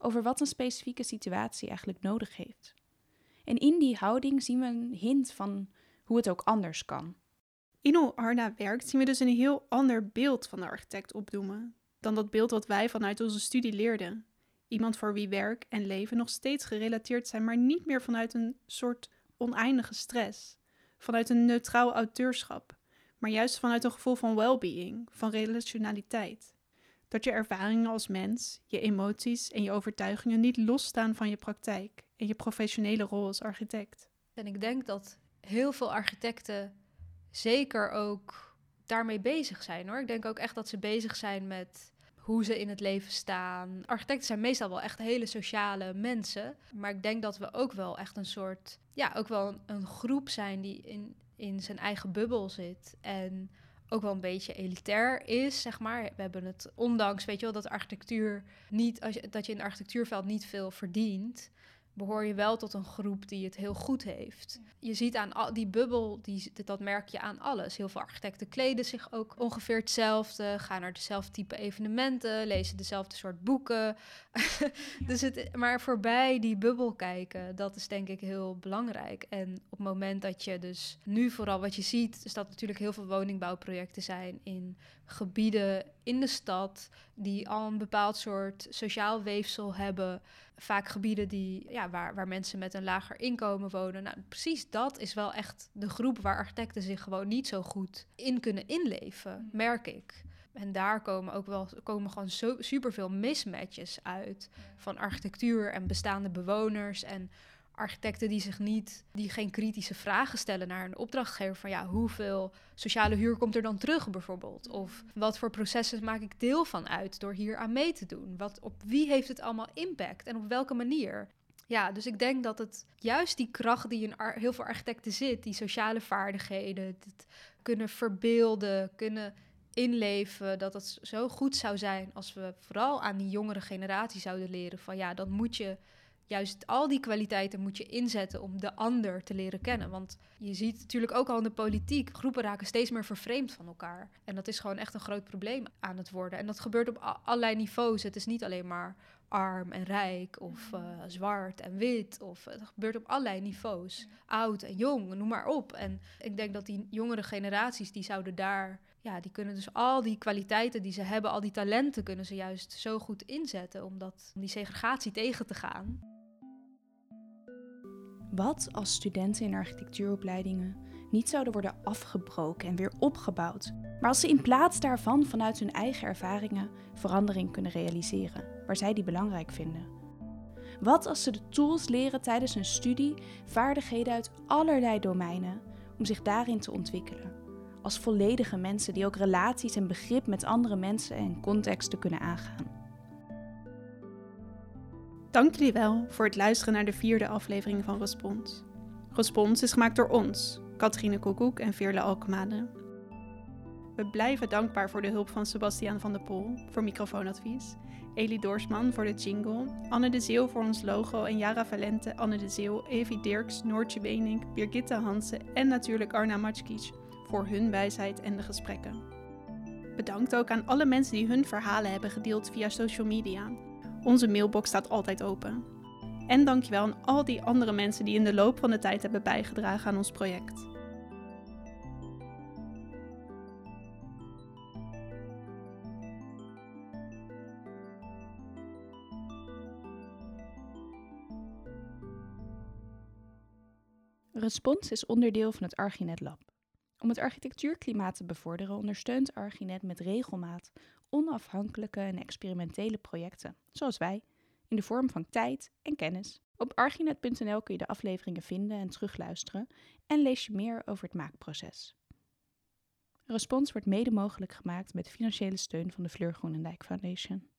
over wat een specifieke situatie eigenlijk nodig heeft. En in die houding zien we een hint van hoe het ook anders kan. In hoe Arna werkt zien we dus een heel ander beeld van de architect opdoemen dan dat beeld wat wij vanuit onze studie leerden. Iemand voor wie werk en leven nog steeds gerelateerd zijn, maar niet meer vanuit een soort oneindige stress, vanuit een neutraal auteurschap, maar juist vanuit een gevoel van well-being, van relationaliteit. Dat je ervaringen als mens, je emoties en je overtuigingen niet losstaan van je praktijk en je professionele rol als architect. En ik denk dat heel veel architecten zeker ook daarmee bezig zijn, hoor. Ik denk ook echt dat ze bezig zijn met hoe ze in het leven staan. Architecten zijn meestal wel echt hele sociale mensen. Maar ik denk dat we ook wel echt een soort, ook wel een groep zijn die in zijn eigen bubbel zit. En ook wel een beetje elitair is, zeg maar. We hebben het, ondanks, weet je wel, dat architectuur niet, dat je in het architectuurveld niet veel verdient, behoor je wel tot een groep die het heel goed heeft. Je ziet aan die bubbel, dat merk je aan alles. Heel veel architecten kleden zich ook ongeveer hetzelfde, gaan naar dezelfde type evenementen, lezen dezelfde soort boeken. Dus maar voorbij die bubbel kijken, dat is denk ik heel belangrijk. En op het moment dat je dus nu vooral wat je ziet, is dat natuurlijk heel veel woningbouwprojecten zijn in gebieden in de stad die al een bepaald soort sociaal weefsel hebben. Vaak gebieden waar mensen met een lager inkomen wonen. Nou, precies dat is wel echt de groep waar architecten zich gewoon niet zo goed in kunnen inleven, merk ik. En daar komen gewoon superveel mismatches uit van architectuur en bestaande bewoners en architecten die geen kritische vragen stellen naar een opdrachtgever van hoeveel sociale huur komt er dan terug bijvoorbeeld? Of wat voor processen maak ik deel van uit door hier aan mee te doen? Op wie heeft het allemaal impact en op welke manier? Ja, dus ik denk dat het juist die kracht die in heel veel architecten zit, die sociale vaardigheden, het kunnen verbeelden, kunnen inleven, dat het zo goed zou zijn als we vooral aan die jongere generatie zouden leren van dan moet je juist al die kwaliteiten moet je inzetten om de ander te leren kennen. Want je ziet natuurlijk ook al in de politiek, groepen raken steeds meer vervreemd van elkaar. En dat is gewoon echt een groot probleem aan het worden. En dat gebeurt op allerlei niveaus. Het is niet alleen maar arm en rijk of zwart en wit. Het gebeurt op allerlei niveaus. Oud en jong, noem maar op. En ik denk dat die jongere generaties, die zouden daar, die kunnen dus al die kwaliteiten die ze hebben, al die talenten kunnen ze juist zo goed inzetten om die segregatie tegen te gaan. Wat als studenten in architectuuropleidingen niet zouden worden afgebroken en weer opgebouwd, maar als ze in plaats daarvan vanuit hun eigen ervaringen verandering kunnen realiseren, waar zij die belangrijk vinden? Wat als ze de tools leren tijdens hun studie, vaardigheden uit allerlei domeinen, om zich daarin te ontwikkelen? Als volledige mensen die ook relaties en begrip met andere mensen en contexten kunnen aangaan. Dank jullie wel voor het luisteren naar de 4e aflevering van Respons. Respons is gemaakt door ons, Catharine Koekoek en Veerle Alkemade. We blijven dankbaar voor de hulp van Sebastiaan van der Pol voor microfoonadvies, Elie Doorsman voor de jingle, Anne de Zeeuw voor ons logo en Jara Valente, Anne de Zeeuw, Evie Dirks, Noortje Benink, Birgitte Hansen en natuurlijk Arna Matschkic voor hun wijsheid en de gesprekken. Bedankt ook aan alle mensen die hun verhalen hebben gedeeld via social media. Onze mailbox staat altijd open. En dankjewel aan al die andere mensen die in de loop van de tijd hebben bijgedragen aan ons project. Respons is onderdeel van het Archinet Lab. Om het architectuurklimaat te bevorderen ondersteunt Archinet met regelmaat onafhankelijke en experimentele projecten, zoals wij, in de vorm van tijd en kennis. Op archinet.nl kun je de afleveringen vinden en terugluisteren en lees je meer over het maakproces. Respons wordt mede mogelijk gemaakt met financiële steun van de Fleur Groenendijk Foundation.